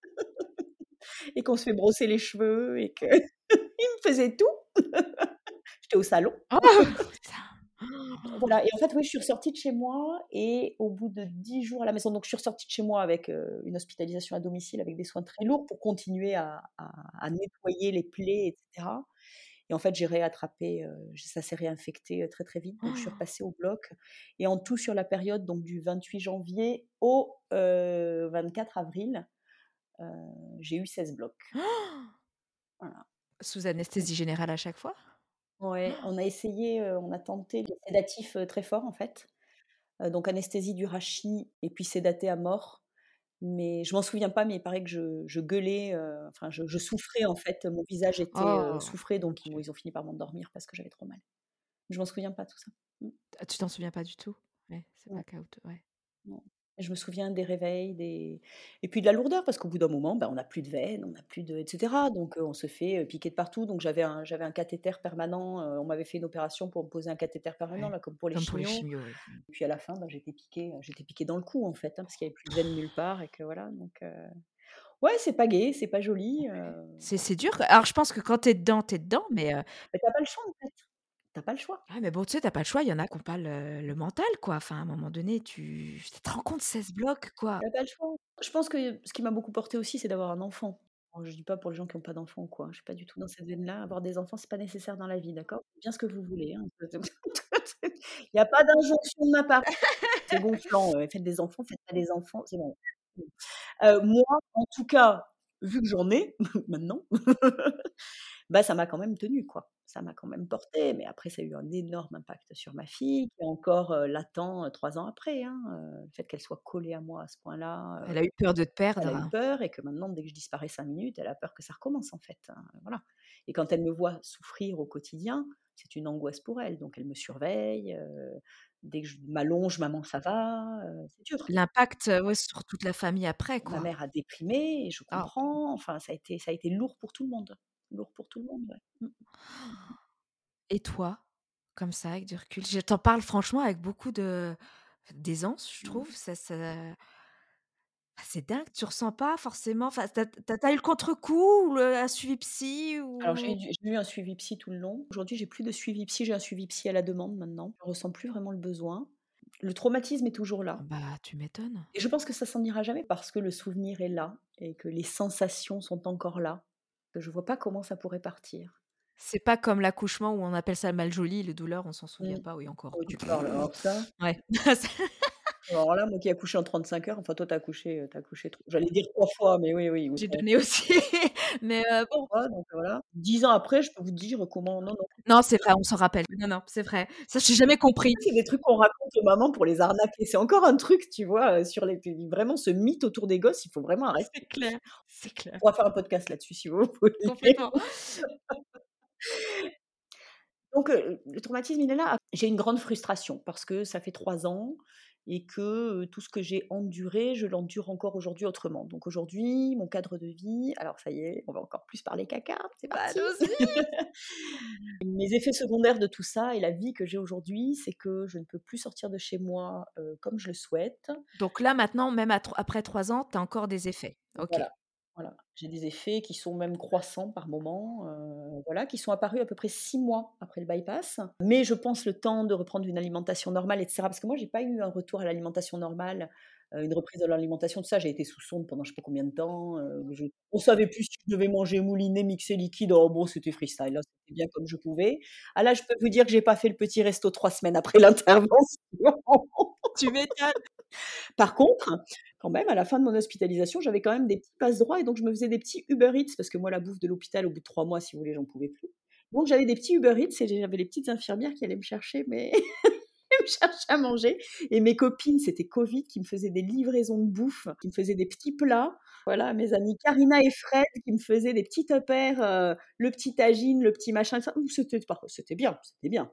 et qu'on se fait brosser les cheveux et que il me faisait tout. J'étais au salon. Oh! Voilà et en fait, oui, je suis ressortie de chez moi et au bout de dix jours à la maison, donc je suis ressortie de chez moi avec, heu, une hospitalisation à domicile avec des soins très lourds pour continuer à à à nettoyer les plaies et cetera et en fait, j'ai réattrapé, heu, ça s'est réinfecté, heu, très, très vite, donc je suis repassée au bloc et en tout sur la période donc du vingt-huit janvier au, heu, vingt-quatre avril, heu, j'ai eu seize blocs. Voilà. Sous Mmh. anesthésie générale à chaque fois? Ouais, on a essayé, heu, on a tenté des sédatifs, heu, très forts en fait, heu, donc anesthésie du rachis et puis sédaté à mort, mais je m'en souviens pas, mais il paraît que je je gueulais, heu, enfin je je souffrais en fait, mon visage était, heu, Oh souffrait mon donc ils m'ont Dieu. ils ont fini par m'endormir parce que j'avais trop mal. Je m'en souviens pas tout ça. Mmh. Ah, tu t'en souviens pas du tout? Ouais, c'est pas Non, caoutchouc, ouais. non. Et je me souviens des réveils, des et puis de la lourdeur parce qu'au bout d'un moment, bah, on n'a plus de veines, on n'a plus de et cetera donc heu, on se fait, heu, piquer de partout donc j'avais un j'avais un cathéter permanent, heu, on m'avait fait une opération pour me poser un cathéter permanent Ouais, là, comme pour les comme pour les chimios. chimios, oui. Mmh. Puis à la fin, bah, j'étais piquée, heu, j'étais piquée dans le cou en fait, hein, parce qu'il y avait plus de veine nulle part et que voilà donc heu, ouais, c'est pas gai, c'est pas joli, heu, C'est c'est dur. Alors je pense que quand tu es dedans, tu es dedans, mais heu, mais tu as pas le choix en fait. Tu as pas le choix. ouais, mais bon, tu sais, tu as pas le choix, il y en a qui ont pas le le mental, quoi. Enfin, à un moment donné, tu tu te rends compte seize blocs, quoi. Tu as pas le choix. Je pense que ce qui m'a beaucoup portée aussi, c'est d'avoir un enfant. Alors je dis pas pour les gens qui ont pas d'enfants ou quoi, je suis pas du tout dans cette veine-là. Avoir des enfants, c'est pas nécessaire dans la vie, d'accord? Faites bien ce que vous voulez, hein. Il y a pas d'injonction de ma part. C'est gonflant, heu, faites des enfants, faites pas des enfants, c'est bon. Heu, moi, en tout cas, vu que j'en ai maintenant, bah, ça m'a quand même tenue, quoi. Ça m'a quand même portée, mais après ça a eu un énorme impact sur ma fille qui est encore, heu, latent, heu, trois ans après, hein, heu, le fait qu'elle soit collée à moi à ce point-là, Elle heu, a eu peur de te elle perdre, a eu hein. peur et que maintenant dès que je disparais cinq minutes, elle a peur que ça recommence, en fait, hein, voilà et quand elle me voit souffrir au quotidien, c'est une angoisse pour elle, donc elle me surveille, heu, dès que je m'allonge: «Maman, ça va?» heu, c'est dur. L'impact, heu, ouais, sur toute la famille après, Ma quoi. mère a déprimé et je Ah, OK. comprends, enfin ça a été ça a été lourd pour tout le monde. Lourd pour tout le monde, ouais. Mmh. Et toi, comme ça, avec du recul? Je t'en parle franchement avec beaucoup de d'aisance, je Mmh. trouve. Ça ça ah, c'est dingue, tu ressens pas forcément enfin, tu as tu as tu as eu le contre-coup ou le un suivi psy Alors j'ai ou eu du j'ai eu un suivi psy tout le long. Aujourd'hui, j'ai plus de suivi psy, j'ai un suivi psy à la demande maintenant. Je ressens plus vraiment le besoin. Le traumatisme est toujours ah là bah, tu m'étonnes. et je pense que ça s'en ira jamais parce que le souvenir est là et que les sensations sont encore là, que je vois pas comment ça pourrait partir. C'est pas comme l'accouchement où on appelle ça mal joli, les douleurs, on s'en souvient Mmh. pas, oui, encore. Oh tu parles, alors ça Ouais. alors là, moi qui ai accouché en trente-cinq heures, enfin toi tu as accouché, heu, tu as accouché tr j'allais dire trois fois, mais oui, oui, J'ai autant donné aussi, mais heu, bon. fois, donc voilà. dix ans après, je peux vous dire comment non, non. Non, c'est vrai, on s'en rappelle. Non, non, c'est vrai. Ça, j'ai jamais compris. C'est des trucs qu'on raconte aux mamans pour les arnaquer. C'est encore un truc, tu vois, heu, sur les vraiment ce mythe autour des gosses, il faut vraiment C'est arrêter. clair, c'est clair, On va faire un podcast là-dessus si vous voulez. complètement. Donc heu, le traumatisme, il est là. J'ai une grande frustration parce que ça fait trois ans et que, heu, tout ce que j'ai enduré, je l'endure encore aujourd'hui autrement. Donc aujourd'hui, mon cadre de vie alors ça y est, on va encore plus parler caca, c'est Bah, parti. allons-y! Mes effets secondaires de tout ça et la vie que j'ai aujourd'hui, c'est que je ne peux plus sortir de chez moi, heu, comme je le souhaite. Donc là, maintenant, même à tro après trois ans, tu as encore des effets? OK. Voilà, voilà. J'ai des effets qui sont même croissants par moments, heu, voilà, qui sont apparus à peu près six mois après le bypass. Mais je pense le temps de reprendre une alimentation normale et cetera, parce que moi j'ai pas eu un retour à l'alimentation normale, heu, une reprise de l'alimentation, tout ça. J'ai été sous sonde pendant je sais pas combien de temps, heu, je on savait plus si je devais manger mouliné, mixé, liquide. Oh bon, c'était freestyle, là, c'était bien comme je pouvais. Ah là, je peux vous dire que j'ai pas fait le petit resto trois semaines après l'intervention. Tu m'étonnes. Par contre, quand même, à la fin de mon hospitalisation, j'avais quand même des petits passe-droits et donc je me faisais des petits Uber Eats parce que moi, la bouffe de l'hôpital, au bout de trois mois, si vous voulez, j'en pouvais plus. Donc j'avais des petits Uber Eats et j'avais les petites infirmières qui allaient me chercher mes me chercher à manger et mes copines, c'était covid, qui me faisaient des livraisons de bouffe, qui me faisaient des petits plats. Voilà, mes amies Karina et Fred qui me faisaient des petits tuppers, heu, le petit tagine, le petit machin, ça. Ouh, c'était par c'était bien, c'était bien.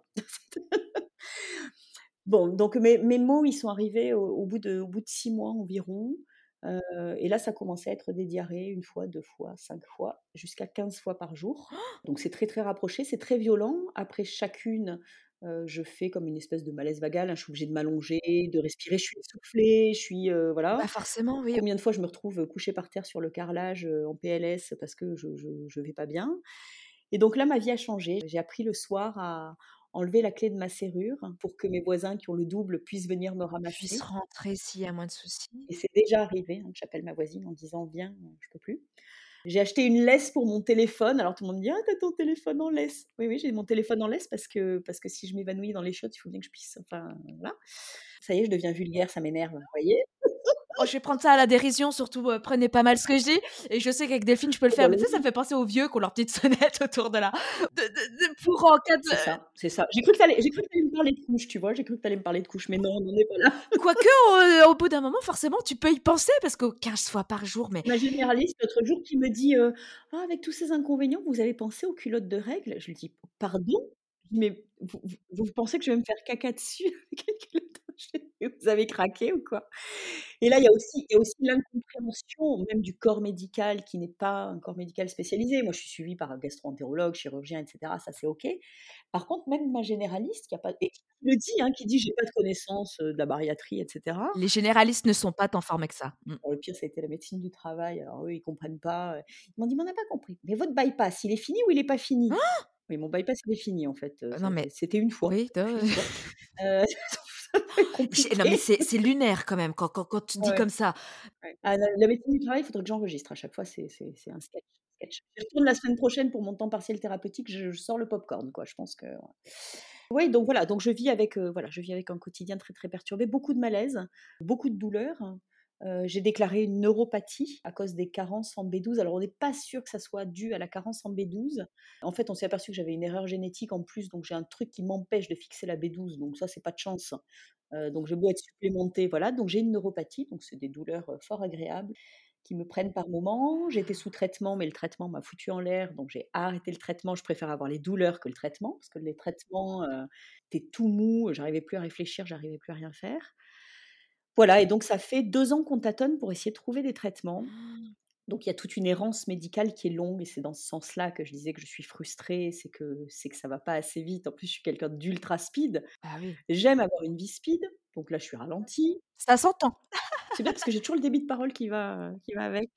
Bon, donc mes mes maux, ils sont arrivés au au bout de au bout de six mois environ, heu et là, ça commençait à être des diarrhées une fois, deux fois, cinq fois, jusqu'à quinze fois par jour. Donc c'est très, très rapproché, c'est très violent. Après chacune, heu, je fais comme une espèce de malaise vagal, hein. Je suis obligée de m'allonger, de respirer, je suis essoufflée, je suis, heu, voilà. Bah, forcément, oui. Combien de fois je me retrouve, couchée par terre sur le carrelage, heu, en P L S parce que je je je vais pas bien et donc là, ma vie a changé. J'ai appris le soir à enlever la clé de ma serrure pour que mes voisins qui ont le double puissent venir me Puisse ramasser rentrer s'il y a moins de soucis. et c'est déjà arrivé, hein, que j'appelle ma voisine en disant: «Viens, heu, je peux plus». J'ai acheté une laisse pour mon téléphone. Alors tout le monde me dit: «Ah, tu as ton téléphone en laisse». Oui, oui, j'ai mon téléphone en laisse parce que parce que si je m'évanouis dans les chiottes, il faut bien que je puisse enfin, voilà. Ça y est, je deviens vulgaire, ça m'énerve, vous voyez? Oh, je vais prendre ça à la dérision, surtout, heu, prenez pas mal ce que je dis et je sais qu'avec Delphine, je peux le Oh bah, faire, mais tu sais, ça me allons-y. fait penser aux vieux qui ont leur petite sonnette autour de la de de de pour en cas de C'est ça, c'est ça. J'ai cru que tu allais j'ai cru que tu allais me parler de couches, tu vois? J'ai cru que tu allais me parler de couches, mais non, on n'en est pas là. quoique, heu, au bout d'un moment, forcément, tu peux y penser parce que quinze fois par jour, mais Ma généraliste, l'autre jour, qui me dit, heu: «Ah, avec tous ces inconvénients, vous avez pensé aux culottes de règles?» Je lui dis: «Pardon?» Je dis: «Mais vous vous vous pensez que je vais me faire caca dessus avec une culotte?» Je fais: «Mais vous avez craqué ou quoi?» Et là, il y a aussi il y a aussi l'incompréhension même du corps médical qui n'est pas un corps médical spécialisé. Moi, je suis suivie par un gastro-entérologue, chirurgien et cetera, ça c'est OK. Par contre, même ma généraliste qui a pas et qui le dit, hein, qui dit: «J'ai pas de connaissance, heu, de la bariatrie et cetera». les généralistes ne sont pas tant formés que ça. Mmh. Bon, le pire, ça a été la médecine du travail. Alors eux, ils comprennent pas, heu, ils m'ont dit: «Mais on n'a pas compris. Mais votre bypass, il est fini ou il est pas fini?» Oui, mon bypass, il est fini en fait, heu, Heu, ça non, mais c'était une fois, oui, de qu'une fois. Heu, ça peut être j'ai non, mais compliqué. c'est c'est lunaire quand même quand quand quand tu dis Ouais, comme ça. ouais. Ah la la médecine du travail, il faudrait que j'enregistre à chaque fois, c'est c'est c'est un sketch sketch. J'y retourne la semaine prochaine pour mon temps partiel thérapeutique, je je sors le popcorn quoi, je pense que ouais. Oui, donc voilà, donc je vis avec, heu, voilà, je vis avec un quotidien très, très perturbé, beaucoup de malaise, beaucoup de douleurs. Heu, j'ai déclaré une neuropathie à cause des carences en B douze. Alors on n'est pas sûr que ça soit dû à la carence en B douze. En fait, on s'est aperçu que j'avais une erreur génétique en plus, donc j'ai un truc qui m'empêche de fixer la B douze, donc ça, c'est pas de chance. Heu, donc j'ai beau être supplémentée, voilà, donc j'ai une neuropathie, donc c'est des douleurs, heu, fort agréables qui me prennent par moments. J'étais sous traitement, mais le traitement m'a foutu en l'air, donc j'ai arrêté le traitement. Je préfère avoir les douleurs que le traitement, parce que les traitements, heu, tu tout mou, j'arrivais plus à réfléchir, j'arrivais plus à rien faire. Voilà et donc ça fait deux ans qu'on tâtonne pour essayer de trouver des traitements. Donc il y a toute une errance médicale qui est longue et c'est dans ce sens-là que je disais que je suis frustrée, c'est que c'est que ça va pas assez vite. En plus, je suis quelqu'un d'ultra speed. Bah oui, J'aime avoir une vie speed, donc là, je suis ralentie. ça s'entend. C'est bien parce que j'ai toujours le débit de parole qui va, qui va avec.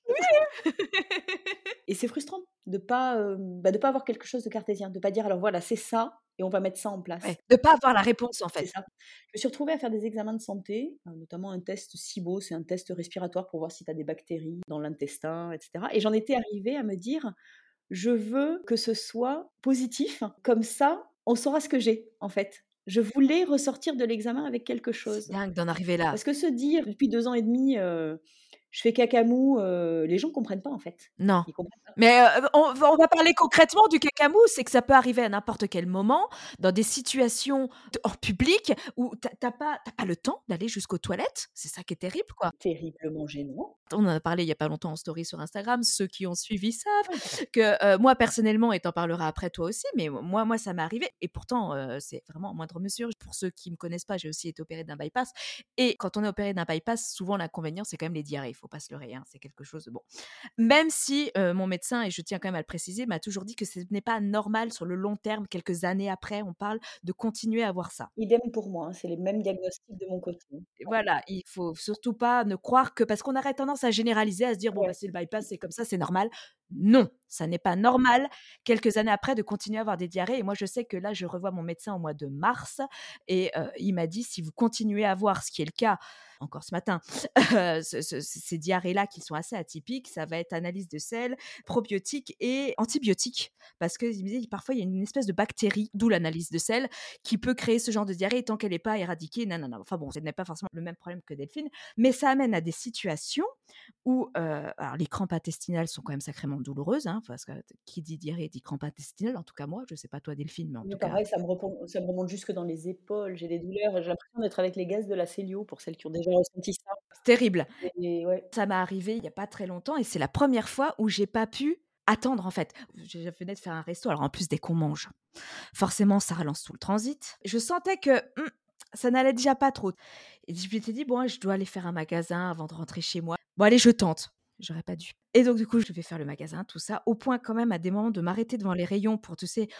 Et c'est frustrant de pas, hem, bah, de pas avoir quelque chose de cartésien, de pas dire: «Alors voilà, c'est ça et on va mettre ça en Ouais, place». de pas avoir la réponse en C'est fait. ça. Je me suis retrouvée à faire des examens de santé, heu, notamment un test SIBO, c'est un test respiratoire pour voir si tu as des bactéries dans l'intestin et cetera et j'en étais arrivée à me dire: «Je veux que ce soit positif, comme ça, on saura ce que j'ai, en fait». Je voulais ressortir de l'examen avec quelque C'est chose. dingue d'en arriver là. Parce que se dire depuis deux ans et demi, heu: «Je fais cacamou», heu, les gens comprennent pas, en fait. Non. Ils comprennent pas. Mais, heu, on va on va parler concrètement du cacamou, c'est que ça peut arriver à n'importe quel moment, dans des situations d en public où tu as tu as pas tu as pas le temps d'aller jusqu'aux toilettes. C'est ça qui est terrible, quoi. Terriblement gênant. On en a parlé il y a pas longtemps en story sur Instagram. Ceux qui ont suivi savent Ouais. que, heu, moi personnellement et tu en parleras après toi aussi, mais moi moi ça m'est arrivé et pourtant, heu, c'est vraiment en moindre mesure. Pour ceux qui me connaissent pas, j'ai aussi été opérée d'un bypass et quand on est opéré d'un bypass, souvent l'inconvénient, c'est quand même les diarrhées. Il faut pas se leurrer, hein, c'est quelque chose de bon. Même si, heu, mon médecin et je tiens quand même à le préciser, m'a toujours dit que ce n'est pas normal sur le long terme, quelques années après, on parle, de continuer à avoir ça. Idem pour moi, hein, c'est les mêmes diagnostics de mon côté, hein. Voilà, il faut surtout pas ne croire que parce qu'on aurait tendance commence à généraliser, à se dire: «Bon, bah, Ouais. c'est le bypass, c'est comme ça, c'est normal». Non, ça n'est pas normal, quelques années après, de continuer à avoir des diarrhées et moi, je sais que là, je revois mon médecin au mois de mars et heu, il m'a dit: «Si vous continuez à avoir», ce qui est le cas encore ce matin, ce ce ces diarrhées-là qui sont assez atypiques, ça va être analyse de sel, probiotiques et antibiotiques. Parce qu'il me disait: «Parfois, il y a une espèce de bactérie, d'où l'analyse de sel, qui peut créer ce genre de diarrhée et tant qu'elle est pas éradiquée, na na na». Enfin bon, ce n'est pas forcément le même problème que Delphine, mais ça amène à des situations où, heu, alors les crampes intestinales sont quand même sacrément douloureuses, hein, parce que qui dit diarrhée dit crampes intestinales, en tout cas moi, je sais pas toi Delphine, mais en Oui, tout cas pareil, ça me repom ça me remonte jusque dans les épaules. J'ai des douleurs, j'ai l'impression d'être avec les gaz de la Célio, pour celles qui ont déjà ressenti ça. c'est terrible. Et ouais, Ça m'est arrivé il y a pas très longtemps et c'est la première fois où j'ai pas pu attendre en fait. Je venais de faire un resto, alors en plus dès qu'on mange, forcément ça relance tout le transit. Je sentais que, mmh, ça n'allait déjà pas trop et je m'étais dit: «Bon, je dois aller faire un magasin avant de rentrer chez moi. Bon allez, je tente». J'aurais pas dû et donc du coup, je vais faire le magasin, tout ça, au point quand même à des moments de m'arrêter devant les rayons pour, tu sais,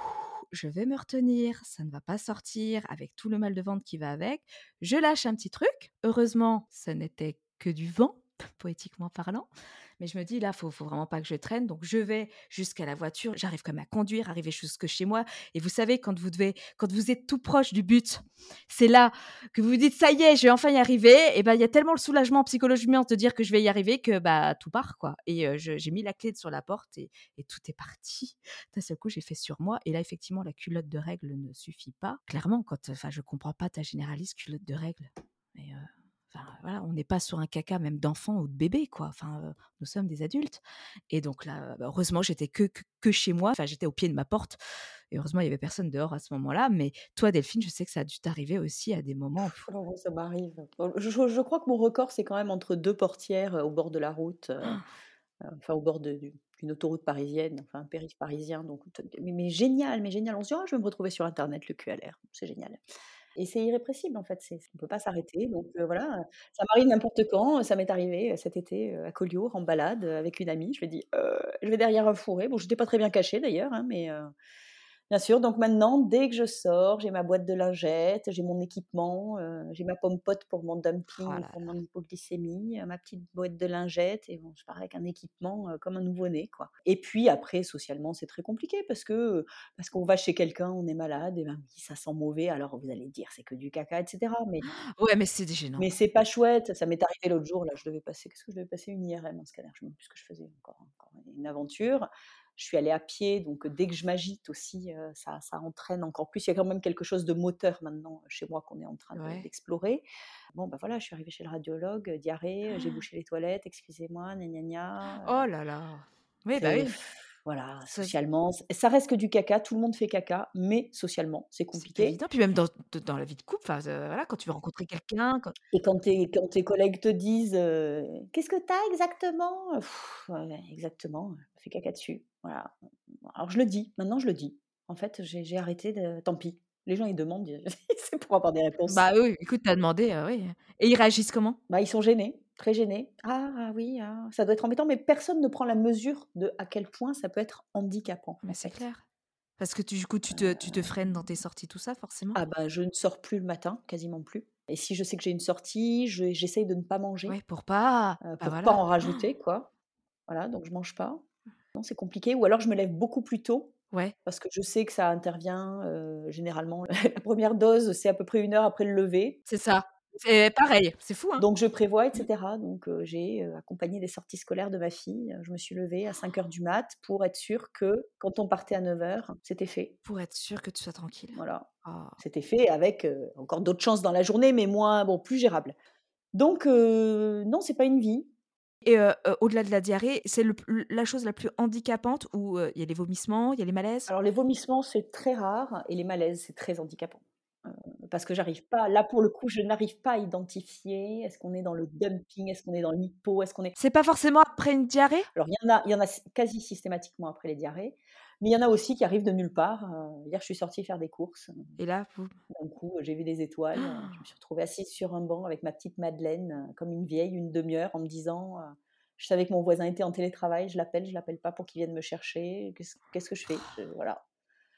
je vais me retenir, ça ne va pas sortir avec tout le mal de ventre qui va avec. Je lâche un petit truc. Heureusement, ce n'était que du vent, poétiquement parlant. Mais je me dis, là, faut, faut vraiment pas que je traîne. Donc, je vais jusqu'à la voiture. J'arrive quand même à conduire, arriver jusque chez moi. Et vous savez, quand vous devez, quand vous êtes tout proche du but, c'est là que vous vous dites, ça y est, je vais enfin y arriver. Et ben, il y a tellement le soulagement psychologiquement de dire que je vais y arriver que, bah, tout part, quoi. Et euh, je- j'ai mis la clé sur la porte et, et tout est parti. D'un seul coup, j'ai fait sur moi. Et là, effectivement, la culotte de règle ne suffit pas. Clairement, quand, enfin, je comprends pas ta généraliste culotte de règle. Mais, euh, enfin, voilà, on n'est pas sur un caca même d'enfant ou de bébé, quoi. Enfin, euh, nous sommes des adultes. Et donc là, bah, heureusement, j'étais que, que, que chez moi. Enfin, j'étais au pied de ma porte. Et heureusement, il y avait personne dehors à ce moment-là. Mais toi, Delphine, je sais que ça a dû t'arriver aussi à des moments. pff, alors, ça m'arrive. Bon, je je je crois que mon record, c'est quand même entre deux portières, heu, au bord de la route, heu, heu, enfin au bord de du d'une autoroute parisienne, enfin un périph' parisien, donc t mais mais génial, mais génial. On se dit: «Oh, je vais me retrouver sur internet, le cul à l'air, c'est génial». Et c'est irrépressible en fait, c'est on peut pas s'arrêter donc heu, voilà, heu, ça m'arrive n'importe quand, ça m'est arrivé, heu, cet été, heu, à Collioure en balade, heu, avec une amie. Je lui ai dit: «Heu, je vais derrière un fourré». Bon, j'étais pas très bien cachée d'ailleurs, hein, mais heu, bien sûr, donc maintenant, dès que je sors, j'ai ma boîte de lingettes, j'ai mon équipement, heu, j'ai ma pomme-pote pour mon Oh dumping, là pour là. mon hypoglycémie, heu, ma petite boîte de lingettes et bon, je pars avec un équipement, heu, comme un nouveau-né, quoi. Et puis après, socialement, c'est très compliqué parce que, heu, parce qu'on va chez quelqu'un, on est malade et ben oui, ça sent mauvais. Alors vous allez dire: «C'est que du caca» et cetera, mais Ouais, mais c'est gênant. mais c'est pas chouette. Ça m'est arrivé l'autre jour, là, je devais passer qu'est-ce que je devais passer? Une I R M, un scanner, je sais même plus ce que je faisais, encore encore une aventure. Je suis allée à pied, donc dès que je m'agite aussi, heu, ça ça entraîne encore plus. Il y a quand même quelque chose de moteur maintenant, chez moi qu'on est en train de Ouais. d'explorer. Bon, bah, voilà, je suis arrivée chez le radiologue, heu, diarrhée, j'ai bouché les toilettes, excusez-moi, gna gna gna, Oh là là. Oui, bah c'est oui. voilà, Ça, socialement, ç ça reste que du caca, tout le monde fait caca, mais socialement, c'est c'est pas compliqué. évident. Puis même dans, dans la vie de couple, enfin, euh, voilà, quand tu veux rencontrer quelqu'un, quand... Et quand tes quand tes collègues te disent, heu: «Qu'est-ce que tu as exactement?» Pff, ouais, exactement, heu, fais caca dessus, voilà. Alors je le dis, maintenant je le dis. En fait, j'ai j'ai arrêté de tant pis. Les gens ils demandent, c'est pour avoir des réponses. Bah oui, écoute, t'as demandé, euh, oui. Et ils réagissent comment? Bah, ils sont gênés, très gênés. «Ah, ah oui, ah». Ça doit être embêtant, mais personne ne prend la mesure de à quel point ça peut être handicapant, Mais en c'est fait. clair. Parce que tu, du coup, tu te, tu te freines dans tes sorties, tout ça, forcément. Ah bah, je ne sors plus le matin, quasiment plus. Et si je sais que j'ai une sortie, je j'essaye de ne pas manger, Ouais, pour pas. heu, Bah pour pas voilà. en Oh, rajouter, quoi. Voilà, donc je mange pas. Non, c'est compliqué ou alors je me lève beaucoup plus tôt ouais, parce que je sais que ça intervient, heu, généralement la première dose, c'est à peu près une heure après le lever. c'est ça. C'est pareil. C'est fou, hein? Donc je prévois et Mmh. cetera. Donc heu, j'ai, heu, accompagné les sorties scolaires de ma fille. Je me suis levée à cinq heures du mat pour être sûre que quand on partait à neuf heures, c'était fait. Pour être sûr que tu sois tranquille. Voilà. Oh. C'était fait avec, heu, encore d'autres chances dans la journée, mais moins bon, plus gérable. Donc heu, non, c'est pas une vie. Et heu heu, au-delà de la diarrhée, c'est le p la chose la plus handicapante où, heu, il y a les vomissements, il y a les malaises? Alors les vomissements, c'est très rare et les malaises, c'est très handicapant. Heu, parce que j'arrive pas là, pour le coup, je n'arrive pas à identifier, est-ce qu'on est dans le dumping? Est-ce qu'on est dans l'hypo? Est-ce qu'on est C'est pas forcément après une diarrhée? alors il y en a il y en a s quasi systématiquement après les diarrhées, mais il y en a aussi qui arrivent de nulle part. Heu, hier, je suis sortie faire des courses, heu, Et là, vous... d'un coup, j'ai vu des étoiles, heu, je me suis retrouvée assise sur un banc avec ma petite madeleine, heu, comme une vieille, une demi heure en me disant, heu, je savais que mon voisin était en télétravail, je l'appelle, je l'appelle pas pour qu'il vienne me chercher, qu'est-ce qu'est-ce que je fais? Je voilà.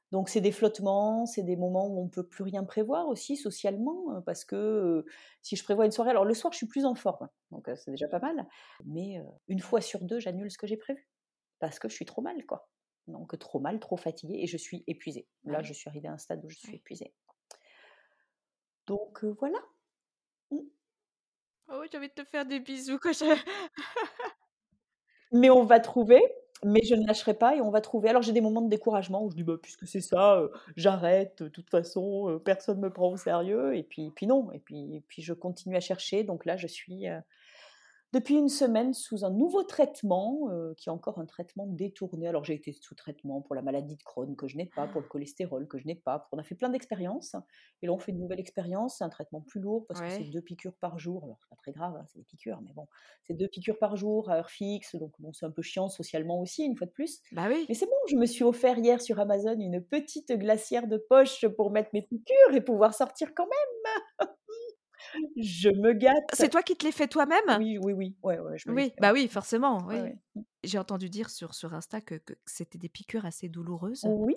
Donc c'est des flottements, c'est des moments où on peut plus rien prévoir aussi socialement, heu, parce que, heu, si je prévois une soirée alors le soir, je suis plus en forme, donc heu, c'est déjà pas mal, mais heu, une fois sur deux, j'annule ce que j'ai prévu parce que je suis trop mal, quoi. Donc trop mal, trop fatiguée et je suis épuisée. Là, je Ouais, suis arrivée à un stade où je suis ouais. épuisée. Donc heu, voilà. Mmh. Oh, j'ai envie de te faire des bisous quand je Mais on va trouver, mais je ne lâcherai pas et on va trouver. Alors j'ai des moments de découragement où je dis: «Bah, puisque c'est ça, heu, j'arrête, de toute façon, heu, personne me prend au sérieux» et puis puis non et puis et puis je continue à chercher. Donc là, je suis, heu, depuis une semaine sous un nouveau traitement, heu, qui est encore un traitement détourné. Alors j'ai été sous traitement pour la maladie de Crohn que je n'ai pas, pour le cholestérol que je n'ai pas, pour on a fait plein d'expériences et là on fait une nouvelle expérience, c'est un traitement plus lourd parce que c'est Ouais, deux piqûres par jour. Alors c'est pas très grave, hein, c'est des piqûres, mais bon, c'est deux piqûres par jour à heure fixe, donc bon, c'est un peu chiant socialement aussi, une fois de plus. bah oui. Mais c'est bon, je me suis offert hier sur Amazon une petite glacière de poche pour mettre mes piqûres et pouvoir sortir quand même. Je me C'est gâte. toi qui te l'es fait toi-même? Oui, oui, oui, ouais, ouais, je me l'ai Oui, fait, bah ouais. oui, forcément, Ouais, oui. ouais. Mmh. J'ai entendu dire sur sur Insta que que c'était des piqûres assez douloureuses. Oui.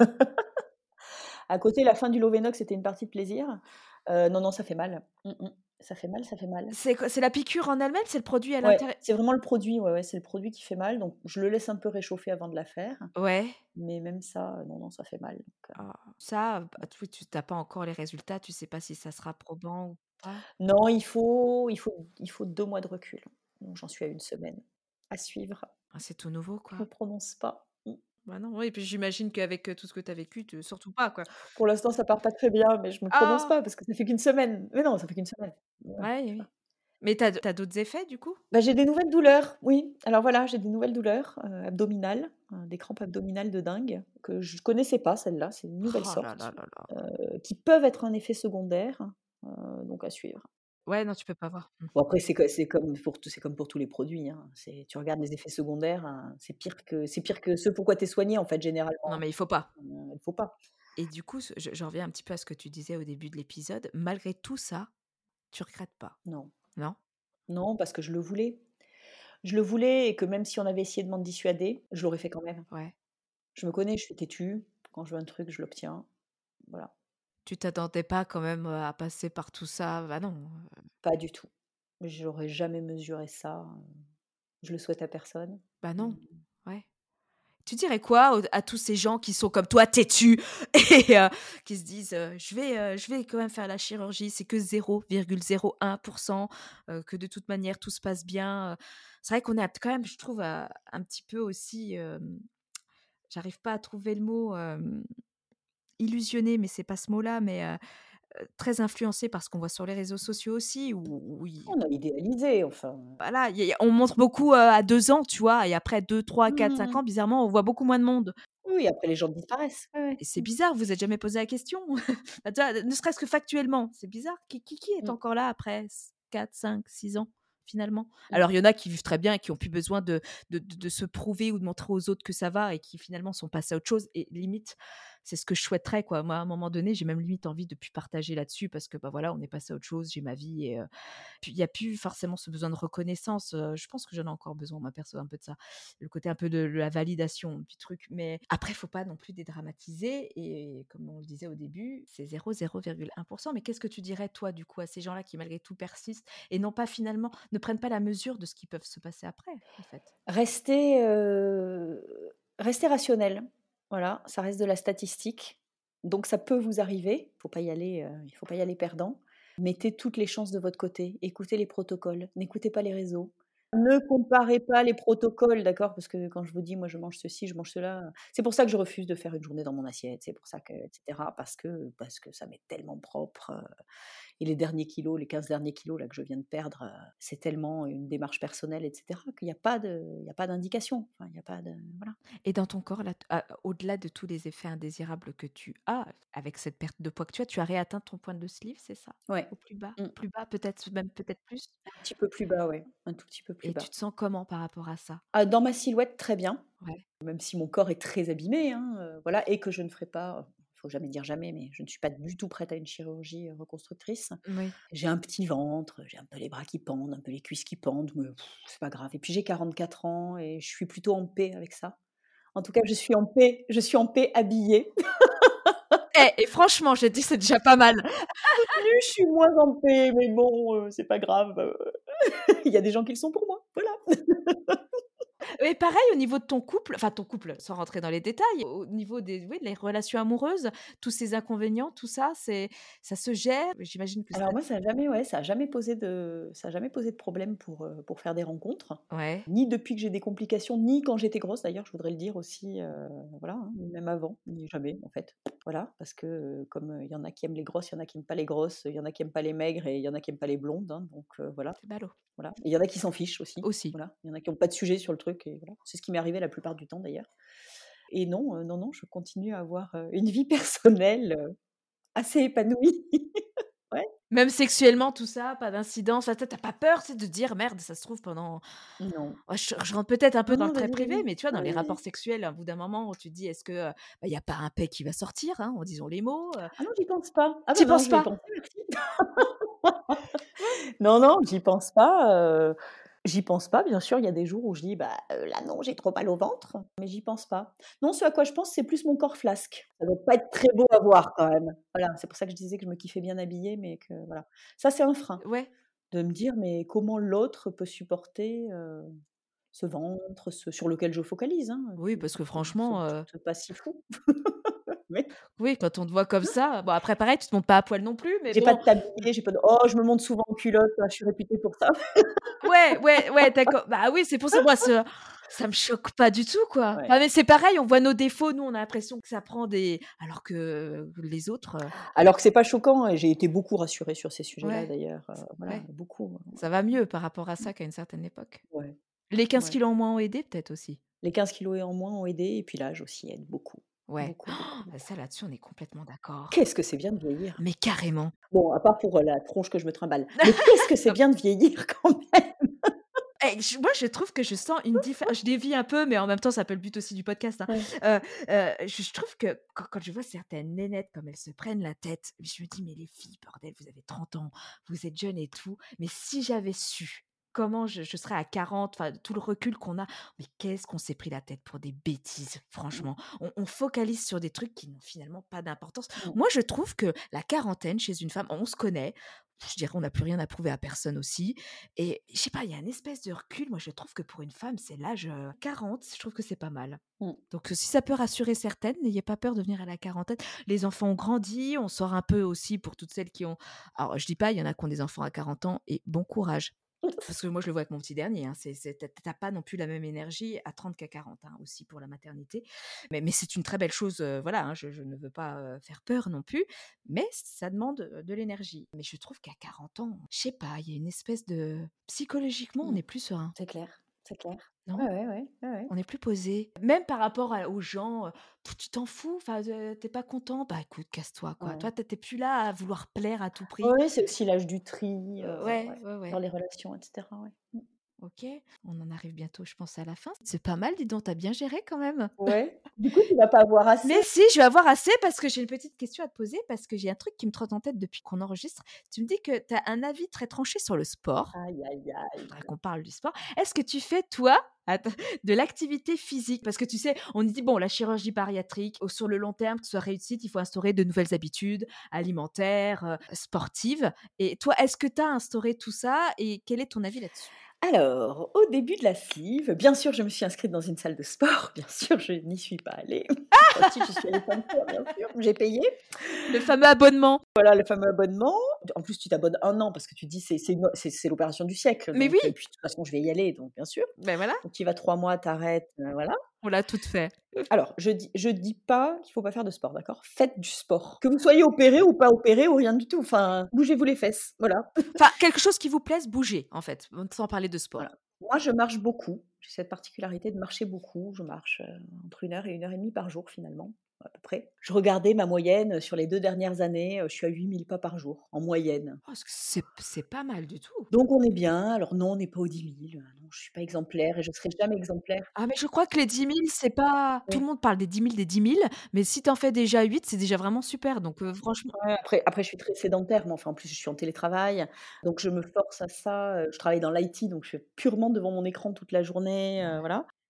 À côté, la fin du Lovenox, c'était une partie de plaisir. Heu, non, non, ça fait mal. Mmh mh. Ça fait mal, ça fait mal. C'est quoi? C'est la piqûre en elle-même? C'est le produit à Ouais, l'intérieur? c'est vraiment le produit, ouais, ouais, c'est le produit qui fait mal, donc je le laisse un peu réchauffer avant de la faire, Ouais. mais même ça, heu, non, non, ça fait mal, donc heu, Ah, ça, bah, tu tu tu pas encore les résultats, tu sais pas si ça sera probant ou pas? non, il faut il faut il faut deux mois de recul. Donc j'en suis à une semaine. À suivre. Ah, c'est tout nouveau, Je me quoi. prononce pas. Mmh. Bah, non, oui et puis j'imagine qu'avec, heu, tout ce que tu as vécu, te surtout pas, quoi. Pour l'instant, ça part pas très bien, mais je me prononce Ah! pas parce que ça fait qu'une semaine. Mais non, ça fait qu'une semaine. Ouais, Ouais, c'est ça. oui. Mais tu as d tu as d'autres effets, du coup? Bah, j'ai des nouvelles douleurs, oui. Alors voilà, j'ai des nouvelles douleurs, heu, abdominales, heu, des crampes abdominales de dingue, que je connaissais pas celle-là, c'est une nouvelle Oh là là sorte, là là. heu, qui peuvent être un effet secondaire, heu, donc à suivre. Ouais, non, tu peux pas voir. Mmh. Bon après c'est co c'est comme pour tout c'est comme pour tous les produits, hein, c'est tu regardes les effets secondaires, heu, c'est pire que c'est pire que ce pourquoi tu es soigné en fait Non, généralement, mais il faut pas. heu, il faut pas. Et du coup, ce je je reviens un petit peu à ce que tu disais au début de l'épisode. Malgré tout ça, tu regrettes pas, Non, non? non parce que je le voulais. Je le voulais et que même si on avait essayé de m'en dissuader, je l'aurais fait quand même. Ouais. Je me connais, je suis têtue, quand je veux un truc, je l'obtiens, voilà. Tu t'attendais pas quand même, heu, à passer par tout ça? Bah, non, heu, Pas du tout. J'aurais jamais mesuré ça, heu, je le souhaite à personne. bah, Mmh. non. Ouais. Tu dirais quoi aux à tous ces gens qui sont comme toi têtus et heu, qui se disent, heu: «Je vais, heu, je vais quand même faire la chirurgie, c'est que zéro virgule zéro un heu, que de toute manière tout se passe bien», heu. C'est vrai qu'on est quand même, je trouve, heu, un petit peu aussi, hem, j'arrive pas à trouver le mot, hem, illusionné, mais c'est pas ce mot-là, mais heu heu, très influencé par ce qu'on voit sur les réseaux sociaux aussi où où il On a idéalisé, enfin. voilà, il y a il y a on montre beaucoup, heu, à deux ans, tu vois? Et après deux, trois, quatre, cinq Mmh. ans, bizarrement, on voit beaucoup moins de monde. Oui, après les gens disparaissent. Ouais, ouais. Et c'est Mmh. bizarre, vous êtes jamais posé la question? Bah, tu vois, ne serait-ce que factuellement, c'est bizarre. Qui qui qui est Mmh. encore là après s quatre, cinq, six ans, finalement? Mmh. Alors il y en a qui vivent très bien et qui ont plus besoin de de de de se prouver ou de montrer aux autres que ça va et qui finalement sont passés à autre chose et limite, c'est ce que je souhaiterais, quoi. Moi, à un moment donné, j'ai même limite envie de plus partager là-dessus parce que, bah, voilà, on est passé à autre chose, j'ai ma vie et heu, puis il y a plus forcément ce besoin de reconnaissance, heu, je pense que j'en ai encore besoin, moi, perso, un peu de ça. Le côté un peu de la validation du truc, mais après, il faut pas non plus dédramatiser et comme on le disait au début, c'est zéro zéro virgule un mais qu'est-ce que tu dirais, toi, du coup, à ces gens-là qui, malgré tout, persistent et non pas finalement ne prennent pas la mesure de ce qui peut se passer après, en fait? Rester, heu, rester rationnel. Voilà, ça reste de la statistique, donc ça peut vous arriver. Faut pas y aller, heu, il faut pas y aller perdant. Mettez toutes les chances de votre côté, écoutez les protocoles, n'écoutez pas les réseaux. Ne comparez pas les protocoles, d'accord? Parce que quand je vous dis: «Moi, je mange ceci, je mange cela», c'est pour ça que je refuse de faire une journée dans mon assiette, c'est pour ça que et cetera, parce que parce que ça m'est tellement propre, heu et les derniers kilos, les quinze derniers kilos là que je viens de perdre, heu, c'est tellement une démarche personnelle et cetera qu'il y a pas de il y a pas d'indication. Enfin, il y a pas de voilà. Et dans ton corps, là, t a au-delà de tous les effets indésirables que tu as avec cette perte de poids que tu as, tu as réatteint ton point de sleeve, c'est ça? Ouais. Au plus bas? Mmh. Plus bas, peut-être même peut-être plus? Un petit peu plus bas, ouais, un tout petit peu plus Et tu bas. te sens comment par rapport à ça? Ah, dans ma silhouette, très bien. Ouais. Même si mon corps est très abîmé, hein, heu, voilà et que je ne ferai pas, il faut jamais dire jamais, mais je ne suis pas du tout prête à une chirurgie, heu, reconstructrice. Oui. J'ai un petit ventre, j'ai un peu les bras qui pendent, un peu les cuisses qui pendent, mais pff, c'est pas grave et puis j'ai quarante-quatre ans et je suis plutôt en paix avec ça. En tout cas, je suis en paix, je suis en paix habillée. Eh et franchement, je te dis, c'est déjà pas mal. Nu, je suis moins en paix, mais bon, heu, c'est pas grave, heu, il y a des gens qui le sont pour moi, voilà. Et pareil au niveau de ton couple, enfin ton couple, sans rentrer dans les détails, au niveau des oui, les relations amoureuses, tous ces inconvénients, tout ça, c'est ça se gère? J'imagine que ça Alors moi, ça a jamais ouais, ça a jamais posé de ça a jamais posé de problème pour, heu, pour faire des rencontres. ouais, Ni depuis que j'ai des complications, ni quand j'étais grosse d'ailleurs, je voudrais le dire aussi, heu, voilà, hein, ni même avant, ni jamais en fait. Voilà, parce que, heu, comme, heu, il y en a qui aiment les grosses, il y en a qui aiment pas les grosses, il y en a qui aiment pas les maigres et il y en a qui aiment pas les blondes, hein, donc heu, voilà, c'est ballot. voilà. Et il y en a qui s'en fichent aussi, Aussi. voilà. Il y en a qui ont pas de sujet sur le truc et voilà. C'est ce qui m'est arrivé la plupart du temps d'ailleurs. Et non, heu, non, non, je continue à avoir, heu, une vie personnelle, heu, assez épanouie. Ouais, Même sexuellement, tout ça, pas d'incidence, enfin, toi, tu pas peur, tu sais, de dire: «Merde, ça se trouve pendant» non. ouais, je je rentre peut-être un peu Non, dans le non, très vas-y, privé, vas-y. mais tu vois, dans les Ouais, rapports vas-y. sexuels, à bout d'un moment où tu te dis: «Est-ce que, heu, bah, il y a pas un paix qui va sortir, hein, en disons les mots», heu, Ah non, j'y pense pas. Ah tu bah y non, penses je vais y pas? penser, merci. Non, non, j'y pense pas, heu, j'y pense pas. Bien sûr, il y a des jours où je dis: «Bah, heu, là non, j'ai trop mal au ventre», mais j'y pense pas. Non, ce à quoi je pense, c'est plus mon corps flasque. Ça doit pas être très beau à voir quand même. Voilà, c'est pour ça que je disais que je me kiffais bien habillée, mais que voilà. Ça, c'est un frein, Ouais. de me dire: «Mais comment l'autre peut supporter, heu, ce ventre, ce» sur lequel je focalise, hein, Oui, qui parce que qui est somme franchement, heu, toute pas si fou. Mais oui, quand on te voit comme ça, bon après pareil, tu te montes pas à poil non plus, mais j'ai pas bon, de tablier, j'ai pas de oh, je me monte souvent en culotte, hein, je suis réputée pour ça. ouais, ouais, ouais, d'accord. Bah oui, c'est pour ça, moi, ça ça me choque pas du tout, quoi. Ouais. Enfin, mais c'est pareil, on voit nos défauts, nous, on a l'impression que ça prend des alors que les autres, heu, Alors que c'est pas choquant et j'ai été beaucoup rassurée sur ces sujets-là ouais, d'ailleurs, heu, c voilà, ouais, beaucoup, ça va mieux par rapport à ça qu'à une certaine époque. ouais, Les quinze ouais. kilos en moins ont aidé peut-être aussi? Les quinze kilos en moins ont aidé et puis l'âge aussi aide beaucoup. Ouais. Beaucoup, beaucoup, Oh, beaucoup. ça là-dessus, on est complètement d'accord. Qu'est-ce que c'est bien de vieillir! Mais carrément. Bon, à part pour, heu, la tronche que je me trimballe, mais qu'est-ce que c'est bien de vieillir quand même! Eh, je moi, je trouve que je sens une diffé je dévie un peu, mais en même temps, c'est un peu le but aussi du podcast, hein. Ouais. Heu heu, je je trouve que quand quand je vois certaines nénettes, comme elles se prennent la tête, je me dis: «Mais les filles, bordel, vous avez trente ans, vous êtes jeunes et tout, mais si j'avais su comment je je serais à quarante, enfin, tout le recul qu'on a, mais qu'est-ce qu'on s'est pris la tête pour des bêtises, Mmh, franchement». On on focalise sur des trucs qui n'ont finalement pas d'importance. mmh, Moi, je trouve que la quarantaine chez une femme, on se connaît, je dirais, on n'a plus rien à prouver à personne aussi, et je sais pas, il y a une espèce de recul. Moi, je trouve que pour une femme, c'est l'âge, heu, quarante, je trouve que c'est pas mal. mmh. Donc, heu, si ça peut rassurer certaines, n'ayez pas peur de venir à la quarantaine. Les enfants ont grandi, on sort un peu aussi pour toutes celles qui ont alors je dis pas, il y en a qui ont des enfants à quarante ans et bon courage. Parce que moi, je le vois avec mon petit dernier, hein, c'est c'est tu as pas non plus la même énergie à trente qu'à quarante, hein, aussi pour la maternité. Mais mais c'est une très belle chose, heu, voilà, hein, je je ne veux pas, heu, faire peur non plus, mais ça demande, heu, de l'énergie. Mais je trouve qu'à quarante ans, je sais pas, il y a une espèce de psychologiquement, on Mmh. est plus serein, C'est clair, c'est clair. non? Ouais, ouais, ouais, ouais, ouais. On est plus posé. Même par rapport à aux gens, heu, tu t'en fous, enfin, heu, tu pas content? Bah, écoute, casse-toi, quoi. Ouais. Toi, tu es plus là à vouloir plaire à tout prix. Ouais, c'est aussi l'âge du tri, Heu, heu, ouais, ouais, ouais, dans ouais. les relations et cetera, ouais. Mmh. OK, on en arrive bientôt, je pense, à la fin. C'est pas mal, dis donc, tu bien géré quand même. Ouais. Du coup, tu vas pas avoir Mais assez? si, je vais avoir assez parce que j'ai une petite question à te poser, parce que j'ai un truc qui me trotte en tête depuis qu'on enregistre. Tu me dis que tu as un avis très tranché sur le sport. Aïe, aïe, Il aïe. faudrait qu'on parle du sport. Est-ce que tu fais, toi, attends, de l'activité physique? Parce que tu sais, on dit, bon, la chirurgie bariatrique, au sur le long terme, que ce soit réussite, il faut instaurer de nouvelles habitudes alimentaires, heu, sportives. Et toi, est-ce que tu as instauré tout ça et quel est ton avis là-dessus? Alors, au début de la sleeve, bien sûr, je me suis inscrite dans une salle de sport, bien sûr, je n'y suis pas allée. Enfin si, j'y suis allée plein de fois, bien sûr, j'ai payé. Le fameux abonnement. Voilà le fameux abonnement. En plus, tu t'abonnes un an parce que tu dis: «C'est c'est une c'est c'est l'opération du siècle», Mais donc oui, et puis de toute façon, je vais y aller, donc bien sûr. ben voilà, Donc tu y vas trois mois, tu arrêtes, voilà. on l'a toutes fait. Alors, je dis je dis pas qu'il faut pas faire de sport, d'accord? Faites du sport. Que vous soyez opéré ou pas opéré ou rien du tout, enfin, bougez-vous les fesses, voilà. Enfin, quelque chose qui vous plaise, bouger, en fait, sans parler de Voilà. sport. Moi, je marche beaucoup. J'ai cette particularité de marcher beaucoup. Je marche, heu, entre une heure et une heure et demie par jour finalement, à peu près. Je regardais ma moyenne, sur les deux dernières années, heu, je suis à huit mille pas par jour, en moyenne. Oh, c'est c'est pas mal du tout. Donc on est bien. Alors non, on n'est pas aux dix mille, heu, non, je suis pas exemplaire et je serai jamais exemplaire. Ah mais je crois que les dix mille, c'est pas tout le Oui. monde parle des dix mille, des dix mille, mais si tu en fais déjà huit, c'est déjà vraiment super, donc heu, franchement Ouais, après après je suis très sédentaire, mais enfin, en plus, je suis en télétravail, donc je me force à ça, heu, je travaille dans l'I T, donc je suis purement devant mon écran toute la journée, heu, voilà.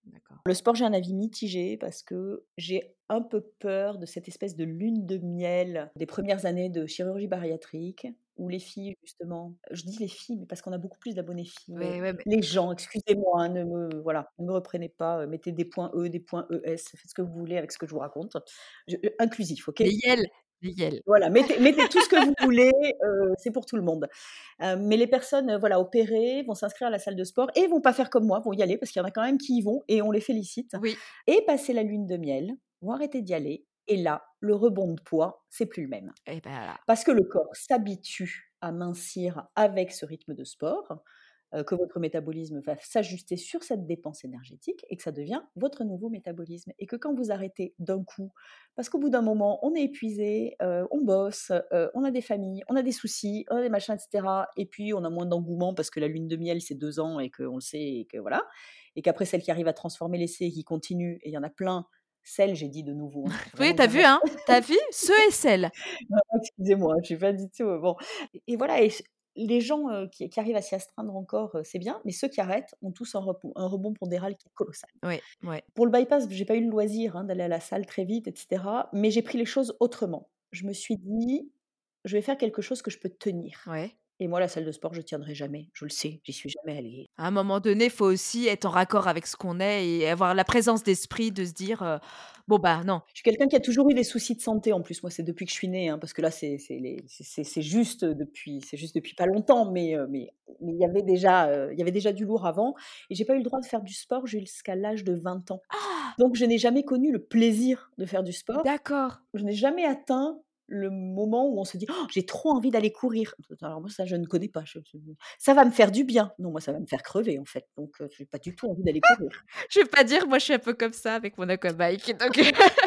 D'accord. Le sport, j'ai un avis mitigé parce que j'ai un peu peur de cette espèce de lune de miel des premières années de chirurgie bariatrique où les filles justement je dis les filles, mais parce qu'on a beaucoup plus d'abonnés filles, mais Ouais, ouais, mais les gens, excusez-moi, hein, ne me voilà, ne me reprenez pas, heu, mettez des points E, des points E S, faites ce que vous voulez avec ce que je vous raconte. Je heu, inclusif, OK? les yel, les yel. Voilà, mettez mettez tout ce que vous voulez, heu, c'est pour tout le monde. Heu, mais les personnes, heu, voilà, opérées vont s'inscrire à la salle de sport et vont pas faire comme moi, vont y aller parce qu'il y en a quand même qui y vont et on les félicite Oui, et passer la lune de miel, vont arrêter d'y aller et là, le rebond de poids, c'est plus le même. et ben là, Parce que le corps s'habitue à mincir avec ce rythme de sport, heu, que votre métabolisme va s'ajuster sur cette dépense énergétique et que ça devient votre nouveau métabolisme et que quand vous arrêtez d'un coup, parce qu'au bout d'un moment, on est épuisé, heu, on bosse, heu, on a des familles, on a des soucis, on a des machins et cetera et puis on a moins d'engouement parce que la lune de miel, c'est deux ans et qu'on le sait et que voilà et qu'après celle qui arrive à transformer l'essai et qui continue et il y en a plein, celles, j'ai dit de nouveau, hein, il faut oui, vraiment que tu as vu, j'arrête. hein? Tu as vu? Ceux et celles. Non, excusez-moi, je suis pas du tout, heu, bon et et voilà et ch les gens, heu, qui qui arrivent à s'y astreindre encore, heu, c'est bien, mais ceux qui arrêtent ont tous un repon un rebond pondéral qui est colossal. Ouais, ouais, Pour le bypass, j'ai pas eu le loisir, hein, d'aller à la salle très vite et cetera, mais j'ai pris les choses autrement. Je me suis dit: «Je vais faire quelque chose que je peux tenir» ouais. et moi, la salle de sport, je tiendrai jamais, je le sais, j'y suis jamais allée. À un moment donné, il faut aussi être en raccord avec ce qu'on est et avoir la présence d'esprit de se dire, heu: «Bon, bah, non». Je suis quelqu'un qui a toujours eu des soucis de santé en plus, moi c'est depuis que je suis née, hein, parce que là c'est c'est les c'est c'est c'est juste depuis c'est juste depuis pas longtemps, mais heu, mais mais il y avait déjà, heu, il y avait déjà du lourd avant et j'ai pas eu le droit de faire du sport jusqu'à l'âge de vingt ans. Ah! Donc je n'ai jamais connu le plaisir de faire du sport. D'accord. Je n'ai jamais atteint le moment où on se dit: «Oh, j'ai trop envie d'aller courir». Alors moi ça je ne connais pas, je je ça va me faire du bien. Non, moi ça va me faire crever en fait, donc heu, j'ai pas du tout envie d'aller courir. Je vais pas dire, moi, je suis un peu comme ça avec mon aquabike, donc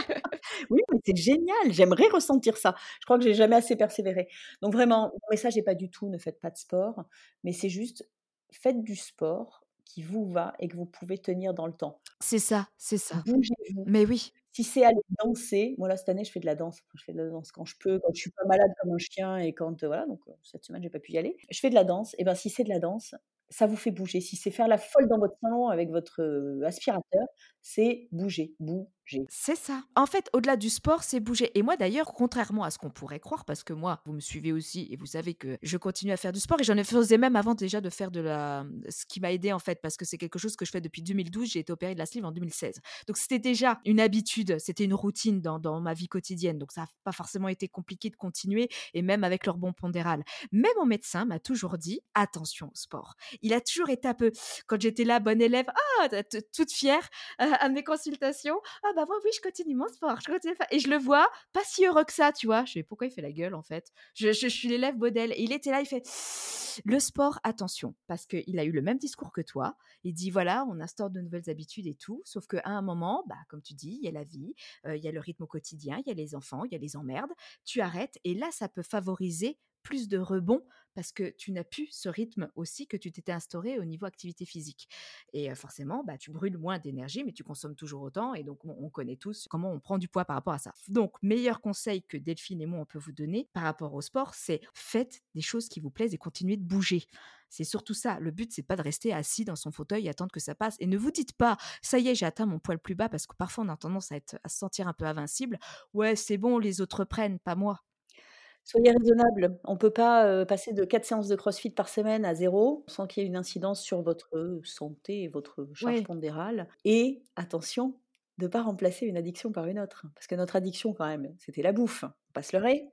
Oui, mais c'est génial, j'aimerais ressentir ça. Je crois que j'ai jamais assez persévéré. Donc vraiment, mon message est pas du tout: «Ne faites pas de sport», mais c'est juste: faites du sport qui vous va et que vous pouvez tenir dans le temps. c'est ça, c'est ça. Bougez-vous. Mais oui, Si c'est aller danser, moi là cette année je fais de la danse, je fais de la danse quand je peux, quand je suis pas malade comme un chien et quand, heu, voilà donc heu, cette semaine j'ai pas pu y aller. Je fais de la danse et ben si c'est de la danse, ça vous fait bouger. Si c'est faire la folle dans votre salon avec votre, heu, aspirateur, c'est bouger, bouger. c'est ça. En fait, au-delà du sport, c'est bouger et moi, d'ailleurs, contrairement à ce qu'on pourrait croire, parce que moi, vous me suivez aussi et vous savez que je continue à faire du sport et j'en ai faisais même avant déjà de faire de la ce qui m'a aidée, en fait, parce que c'est quelque chose que je fais depuis deux mille douze. J'ai été opérée de la sleeve en deux mille seize. Donc c'était déjà une habitude, c'était une routine dans dans ma vie quotidienne. Donc ça a pas forcément été compliqué de continuer et même avec leur bon pondéral. Mais mon médecin m'a toujours dit: «Attention au sport». Il a toujours été un peu quand j'étais là, bonne élève, ah, t t toute fière, heu, à mes consultations: «Ah bah, moi oui, je continue mon sport, je continue à faire» et je le vois pas si heureux que ça, tu vois? Je fais: «Pourquoi il fait la gueule, en fait?» je je je suis l'élève modèle et il était là, il fait: «Le sport, attention», parce qu'il a eu le même discours que toi. Il dit: «Voilà, on instaure de nouvelles habitudes et tout, sauf qu'à un moment, bah, comme tu dis, il y a la vie, heu, il y a le rythme au quotidien, il y a les enfants, il y a les emmerdes, tu arrêtes et là, ça peut favoriser plus de rebonds parce que tu n'as plus ce rythme aussi que tu t'étais instauré au niveau activité physique et heu, forcément, bah, tu brûles moins d'énergie, mais tu consommes toujours autant et donc on on connaît tous comment on prend du poids par rapport à ça. Donc meilleur conseil que Delphine et moi, on peut vous donner par rapport au sport, c'est faites des choses qui vous plaisent et continuez de bouger. C'est surtout ça. Le but, c'est pas de rester assis dans son fauteuil et attendre que ça passe et ne vous dites pas: «Ça y est, j'ai atteint mon poids le plus bas» parce que parfois on a tendance à être à se sentir un peu invincible. «Ouais, c'est bon, les autres prennent, pas moi». Soyez raisonnable. On peut pas, heu, passer de quatre séances de crossfit par semaine à zéro sans qu'il y ait une incidence sur votre, heu, santé et votre charge Ouais, pondérale et attention, de pas remplacer une addiction par une autre. Parce que notre addiction quand même, c'était la bouffe, faut pas se leurrer.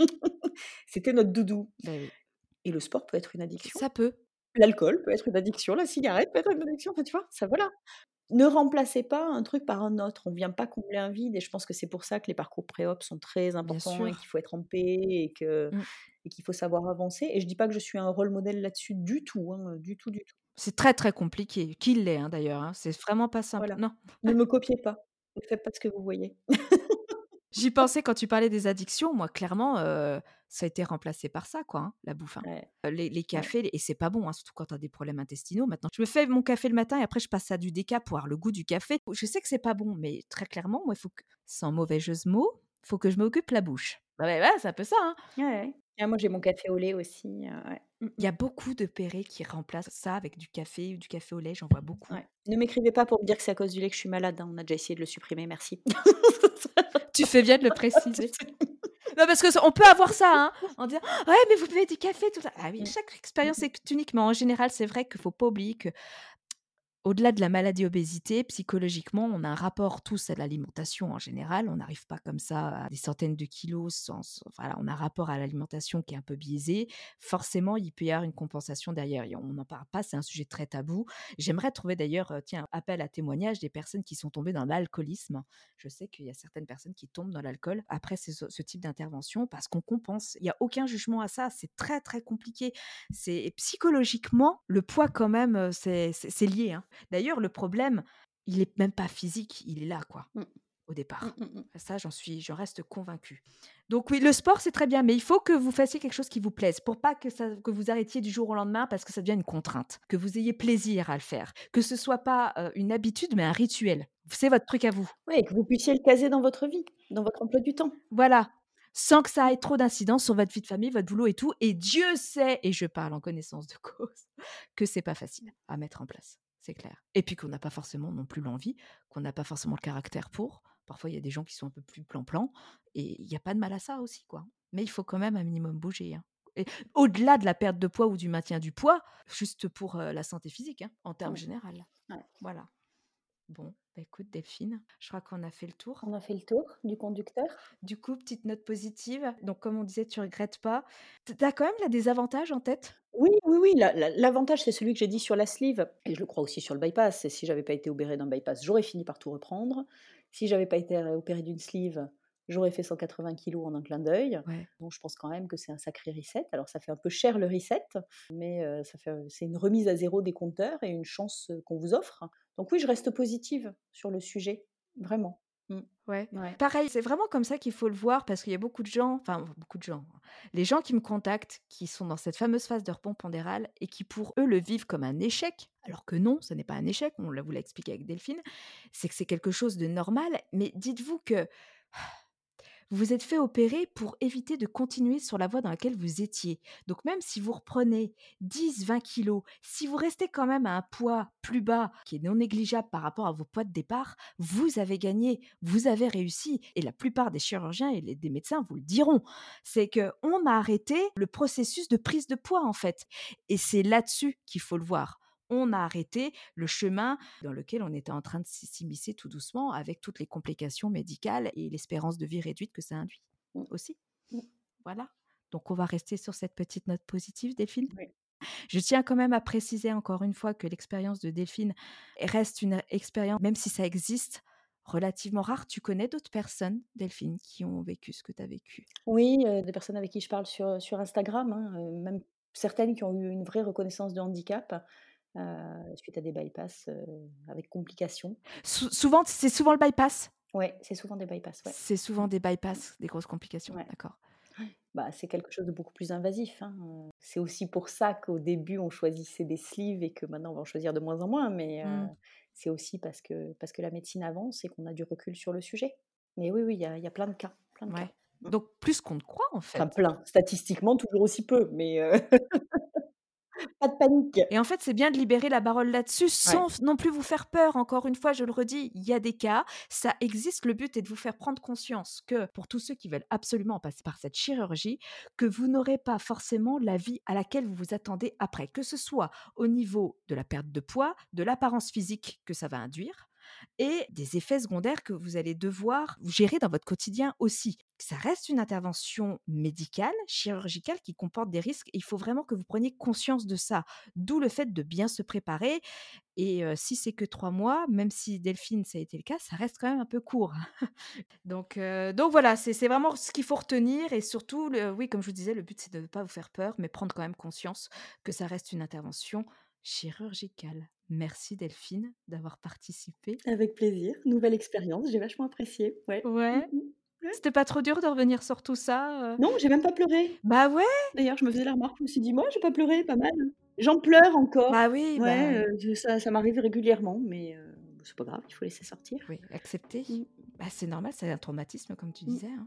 C'était notre doudou bah, oui. et le sport peut être une addiction, Ça peut. l'alcool peut être une addiction, la cigarette peut être une addiction, enfin tu vois? Ça voilà. Ne remplacez pas un truc par un autre. On vient pas combler un vide et je pense que c'est pour ça que les parcours pré-op sont très Bien importants et qu'il sûr. faut être en paix et que Mmh. et qu'il faut savoir avancer et je dis pas que je suis un rôle modèle là-dessus du tout, hein, du tout, du tout. C'est très, très compliqué. Qu'il l'est, hein, d'ailleurs, hein. C'est vraiment pas simple. Voilà. Non. Ne me copiez pas. Ne faites pas ce que vous voyez. J'y pensais quand tu parlais des addictions. Moi, clairement, heu, ça a été remplacé par ça, quoi, hein, la bouffe, hein. Ouais, Heu, les les ouais. cafés et c'est pas bon, hein, surtout quand tu as des problèmes intestinaux. Maintenant, je me fais mon café le matin et après je passe à du déca pour avoir le goût du café. Je sais que c'est pas bon, mais très clairement, moi, il faut que sans mauvais jeu de mots, faut que je m'occupe la bouche. Bah, ouais, ouais, c'est un peu ça, hein. Ouais, ouais. Ah moi j'ai mon café au lait aussi, heu, ouais. Mmh Il mh. y a beaucoup de pérés qui remplacent ça avec du café ou du café au lait, j'en vois beaucoup. Ouais. Ne m'écrivez pas pour me dire que c'est à cause du lait que je suis malade, hein, on a déjà essayé de le supprimer, merci. Tu fais bien de le préciser. Non, parce que ça on peut avoir ça, hein, en disant: «Ouais, mais vous buvez du café, tout ça». Ah oui, Mmh. chaque Mmh expérience mh. est unique, mais en général, c'est vrai qu'il faut pas oublier que au-delà de la maladie obésité, psychologiquement, on a un rapport tous à l'alimentation en général. On n'arrive pas comme ça à des centaines de kilos sans sans voilà, on a un rapport à l'alimentation qui est un peu biaisé. Forcément, il peut y avoir une compensation derrière et on n'en parle pas, c'est un sujet très tabou. J'aimerais trouver d'ailleurs, heu, tiens, appel à témoignages des personnes qui sont tombées dans l'alcoolisme. Je sais qu'il y a certaines personnes qui tombent dans l'alcool après ce ce type d'intervention parce qu'on compense. Il y a aucun jugement à ça, c'est très, très compliqué. C'est psychologiquement, le poids quand même, heu, c'est c'est c'est lié, hein. D'ailleurs, le problème, il est même pas physique, il est là, quoi, Mmh. au Mmh départ. mh mh. Ça, j'en suis j'en reste convaincue. Donc oui, le sport, c'est très bien, mais il faut que vous fassiez quelque chose qui vous plaise pour pas que ça que vous arrêtiez du jour au lendemain parce que ça devient une contrainte, que vous ayez plaisir à le faire, que ce soit pas, heu, une habitude, mais un rituel. C'est votre truc à vous. Ouais et que vous puissiez le caser dans votre vie, dans votre emploi du temps. Voilà, sans que ça Mmh. ait trop d'incidence sur votre vie de famille, votre boulot et tout et Dieu sait, et je parle en connaissance de cause, que c'est pas facile à mettre en place, c'est clair. Et puis qu'on n'a pas forcément non plus l'envie, qu'on n'a pas forcément le caractère pour. Parfois, il y a des gens qui sont un peu plus plan-plan et il y a pas de mal à ça aussi, quoi. Mais il faut quand même un minimum bouger, hein. Et au-delà de la perte de poids ou du maintien du poids, juste pour, heu, la santé physique, hein, en termes Mmh. général. Ouais. Voilà. Bon, bah, écoute Delphine, je crois qu'on a fait le tour. On a fait le tour du conducteur. Du coup, petite note positive, donc comme on disait, tu regrettes pas. Tu as quand même là des avantages en tête? Oui, oui, oui, l'a l'a l'avantage, c'est celui que j'ai dit sur la sleeve et je le crois aussi sur le bypass. Et si j'avais pas été opérée d'un bypass, j'aurais fini par tout reprendre. Si j'avais pas été ré opérée d'une sleeve, j'aurais fait cent quatre-vingts kilos en un clin d'œil. Ouais. Donc je pense quand même que c'est un sacré reset. Alors ça fait un peu cher le reset, mais heu, ça fait c'est une remise à zéro des compteurs et une chance, heu, qu'on vous offre. Donc oui, je reste positive sur le sujet, vraiment. Mmh. Ouais. Ouais. Pareil, c'est vraiment comme ça qu'il faut le voir parce qu'il y a beaucoup de gens, enfin beaucoup de gens, les gens qui me contactent, qui sont dans cette fameuse phase de repos pondéral et qui pour eux le vivent comme un échec, alors que non, ce n'est pas un échec, on l'a vous l'a expliqué avec Delphine, c'est que c'est quelque chose de normal, mais dites-vous que vous vous êtes fait opérer pour éviter de continuer sur la voie dans laquelle vous étiez. Donc même si vous reprenez dix, vingt kilos, si vous restez quand même à un poids plus bas, qui est non négligeable par rapport à vos poids de départ, vous avez gagné, vous avez réussi. Et la plupart des chirurgiens et les- des médecins vous le diront. C'est que on a arrêté le processus de prise de poids en fait. Et c'est là-dessus qu'il faut le voir. On a arrêté le chemin dans lequel on était en train de s- s'immiscer tout doucement avec toutes les complications médicales et l'espérance de vie réduite que ça induit Mmh. aussi. Mmh. Voilà. Donc on va rester sur cette petite note positive, Delphine. Oui. Je tiens quand même à préciser encore une fois que l'expérience de Delphine reste une expérience, même si ça existe, relativement rare. Tu connais d'autres personnes, Delphine, qui ont vécu ce que tu as vécu? Oui, heu, des personnes avec qui je parle sur, sur Instagram, hein, heu, même certaines qui ont eu une vraie reconnaissance de handicap, heu, suite à des bypass, heu, avec complications. Sou- souvent, c'est souvent le bypass. Ouais, c'est souvent des bypass, ouais. C'est Mmh. souvent des bypass, des grosses complications. Ouais. D'accord. Bah, c'est quelque chose de beaucoup plus invasif, hein, heu, c'est aussi pour ça qu'au début on choisissait des sleeves et que maintenant on va en choisir de moins en moins, mais heu, Mm. c'est aussi parce que parce que la médecine avance et qu'on a du recul sur le sujet. Mais oui, oui, il y a il y a plein de cas, plein de cas. Ouais. Mmh. Donc plus qu'on ne croit, en Enfin fait. plein, statistiquement toujours aussi peu, mais heu, pas de panique. Et en fait, c'est bien de libérer la parole là-dessus Ouais. sans f non plus vous faire peur. Encore une fois, je le redis, il y a des cas, ça existe. Le but est de vous faire prendre conscience que, pour tous ceux qui veulent absolument passer par cette chirurgie, que vous n'aurez pas forcément la vie à laquelle vous vous attendez après. Que ce soit au niveau de la perte de poids, de l'apparence physique que ça va induire et des effets secondaires que vous allez devoir gérer dans votre quotidien aussi. Ça reste une intervention médicale, chirurgicale qui comporte des risques et il faut vraiment que vous preniez conscience de ça. D'où le fait de bien se préparer et heu, si c'est que trois mois, même si Delphine, ça a été le cas, ça reste quand même un peu court. Donc heu, donc voilà, c'est c'est vraiment ce qu'il faut retenir et surtout le oui, comme je vous disais, le but c'est de ne pas vous faire peur, mais prendre quand même conscience que ça reste une intervention chirurgicale. Merci Delphine d'avoir participé. Avec plaisir, nouvelle expérience, j'ai vachement apprécié, ouais. Mmh Ouais. mh. Ouais. C'était pas trop dur de revenir sur tout ça, heu? Non, j'ai même pas pleuré. Bah ouais, D'ailleurs, je me faisais la remarque, je me suis dit: «Moi, j'ai pas pleuré, pas mal, hein». J'en pleure encore. bah oui, Ouais, bah heu, je ça ça m'arrive régulièrement, mais heu, c'est pas grave, il faut laisser sortir. oui, accepter. Mmh. Bah, c'est normal, c'est un traumatisme comme tu Mmh. disais, hein.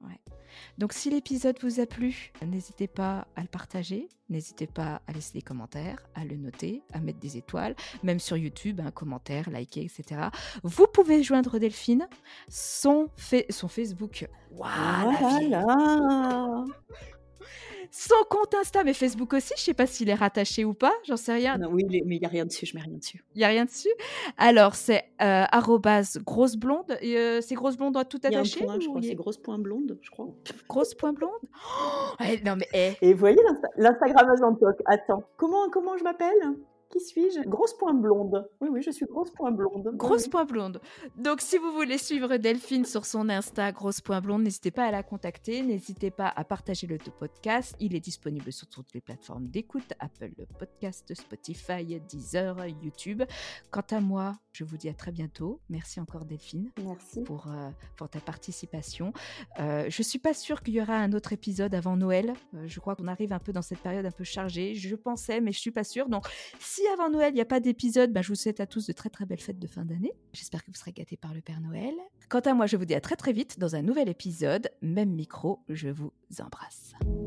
Ouais. Donc si l'épisode vous a plu, n'hésitez pas à le partager, n'hésitez pas à laisser des commentaires, à le noter, à mettre des étoiles, même sur YouTube, un commentaire, liker, et cetera. Vous pouvez joindre Delphine, son, fa- son Facebook. Waouh, la Ah vieille. là Son compte Insta, mais Facebook aussi, je sais pas s'il est rattaché ou pas, j'en sais rien. Non, oui, il est- mais il n'y a rien dessus, je mets rien dessus. Il n'y a rien dessus. Alors, c'est euh, arrobase grosse blonde. Et, euh, c'est grosse blonde tout Il y a un attaché point, je ou crois, il y c'est a- grosse point blonde, je crois. grosse point blonde. Oh, eh, non mais eh, Et vous voyez l'Insta- l'Instagrammeuse en toc. Attends, comment, comment je m'appelle? Qui suis-je? Grosse point blonde. Oui, oui, je suis grosse point blonde. Oui, grosse oui. point blonde. Donc, si vous voulez suivre Delphine sur son Insta, grosse point blonde, n'hésitez pas à la contacter. N'hésitez pas à partager le podcast. Il est disponible sur toutes les plateformes d'écoute, Apple Podcast, Spotify, Deezer, YouTube. Quant à moi, je vous dis à très bientôt. Merci encore Delphine Merci. pour, euh, pour ta participation. Euh, je suis pas sûre qu'il y aura un autre épisode avant Noël. Euh, je crois qu'on arrive un peu dans cette période un peu chargée. Je pensais, mais je suis pas sûre. Donc, si avant Noël, il n'y a pas d'épisode, bah, je vous souhaite à tous de très très belles fêtes de fin d'année. J'espère que vous serez gâtés par le Père Noël. Quant à moi, je vous dis à très très vite dans un nouvel épisode. Même micro, je vous embrasse.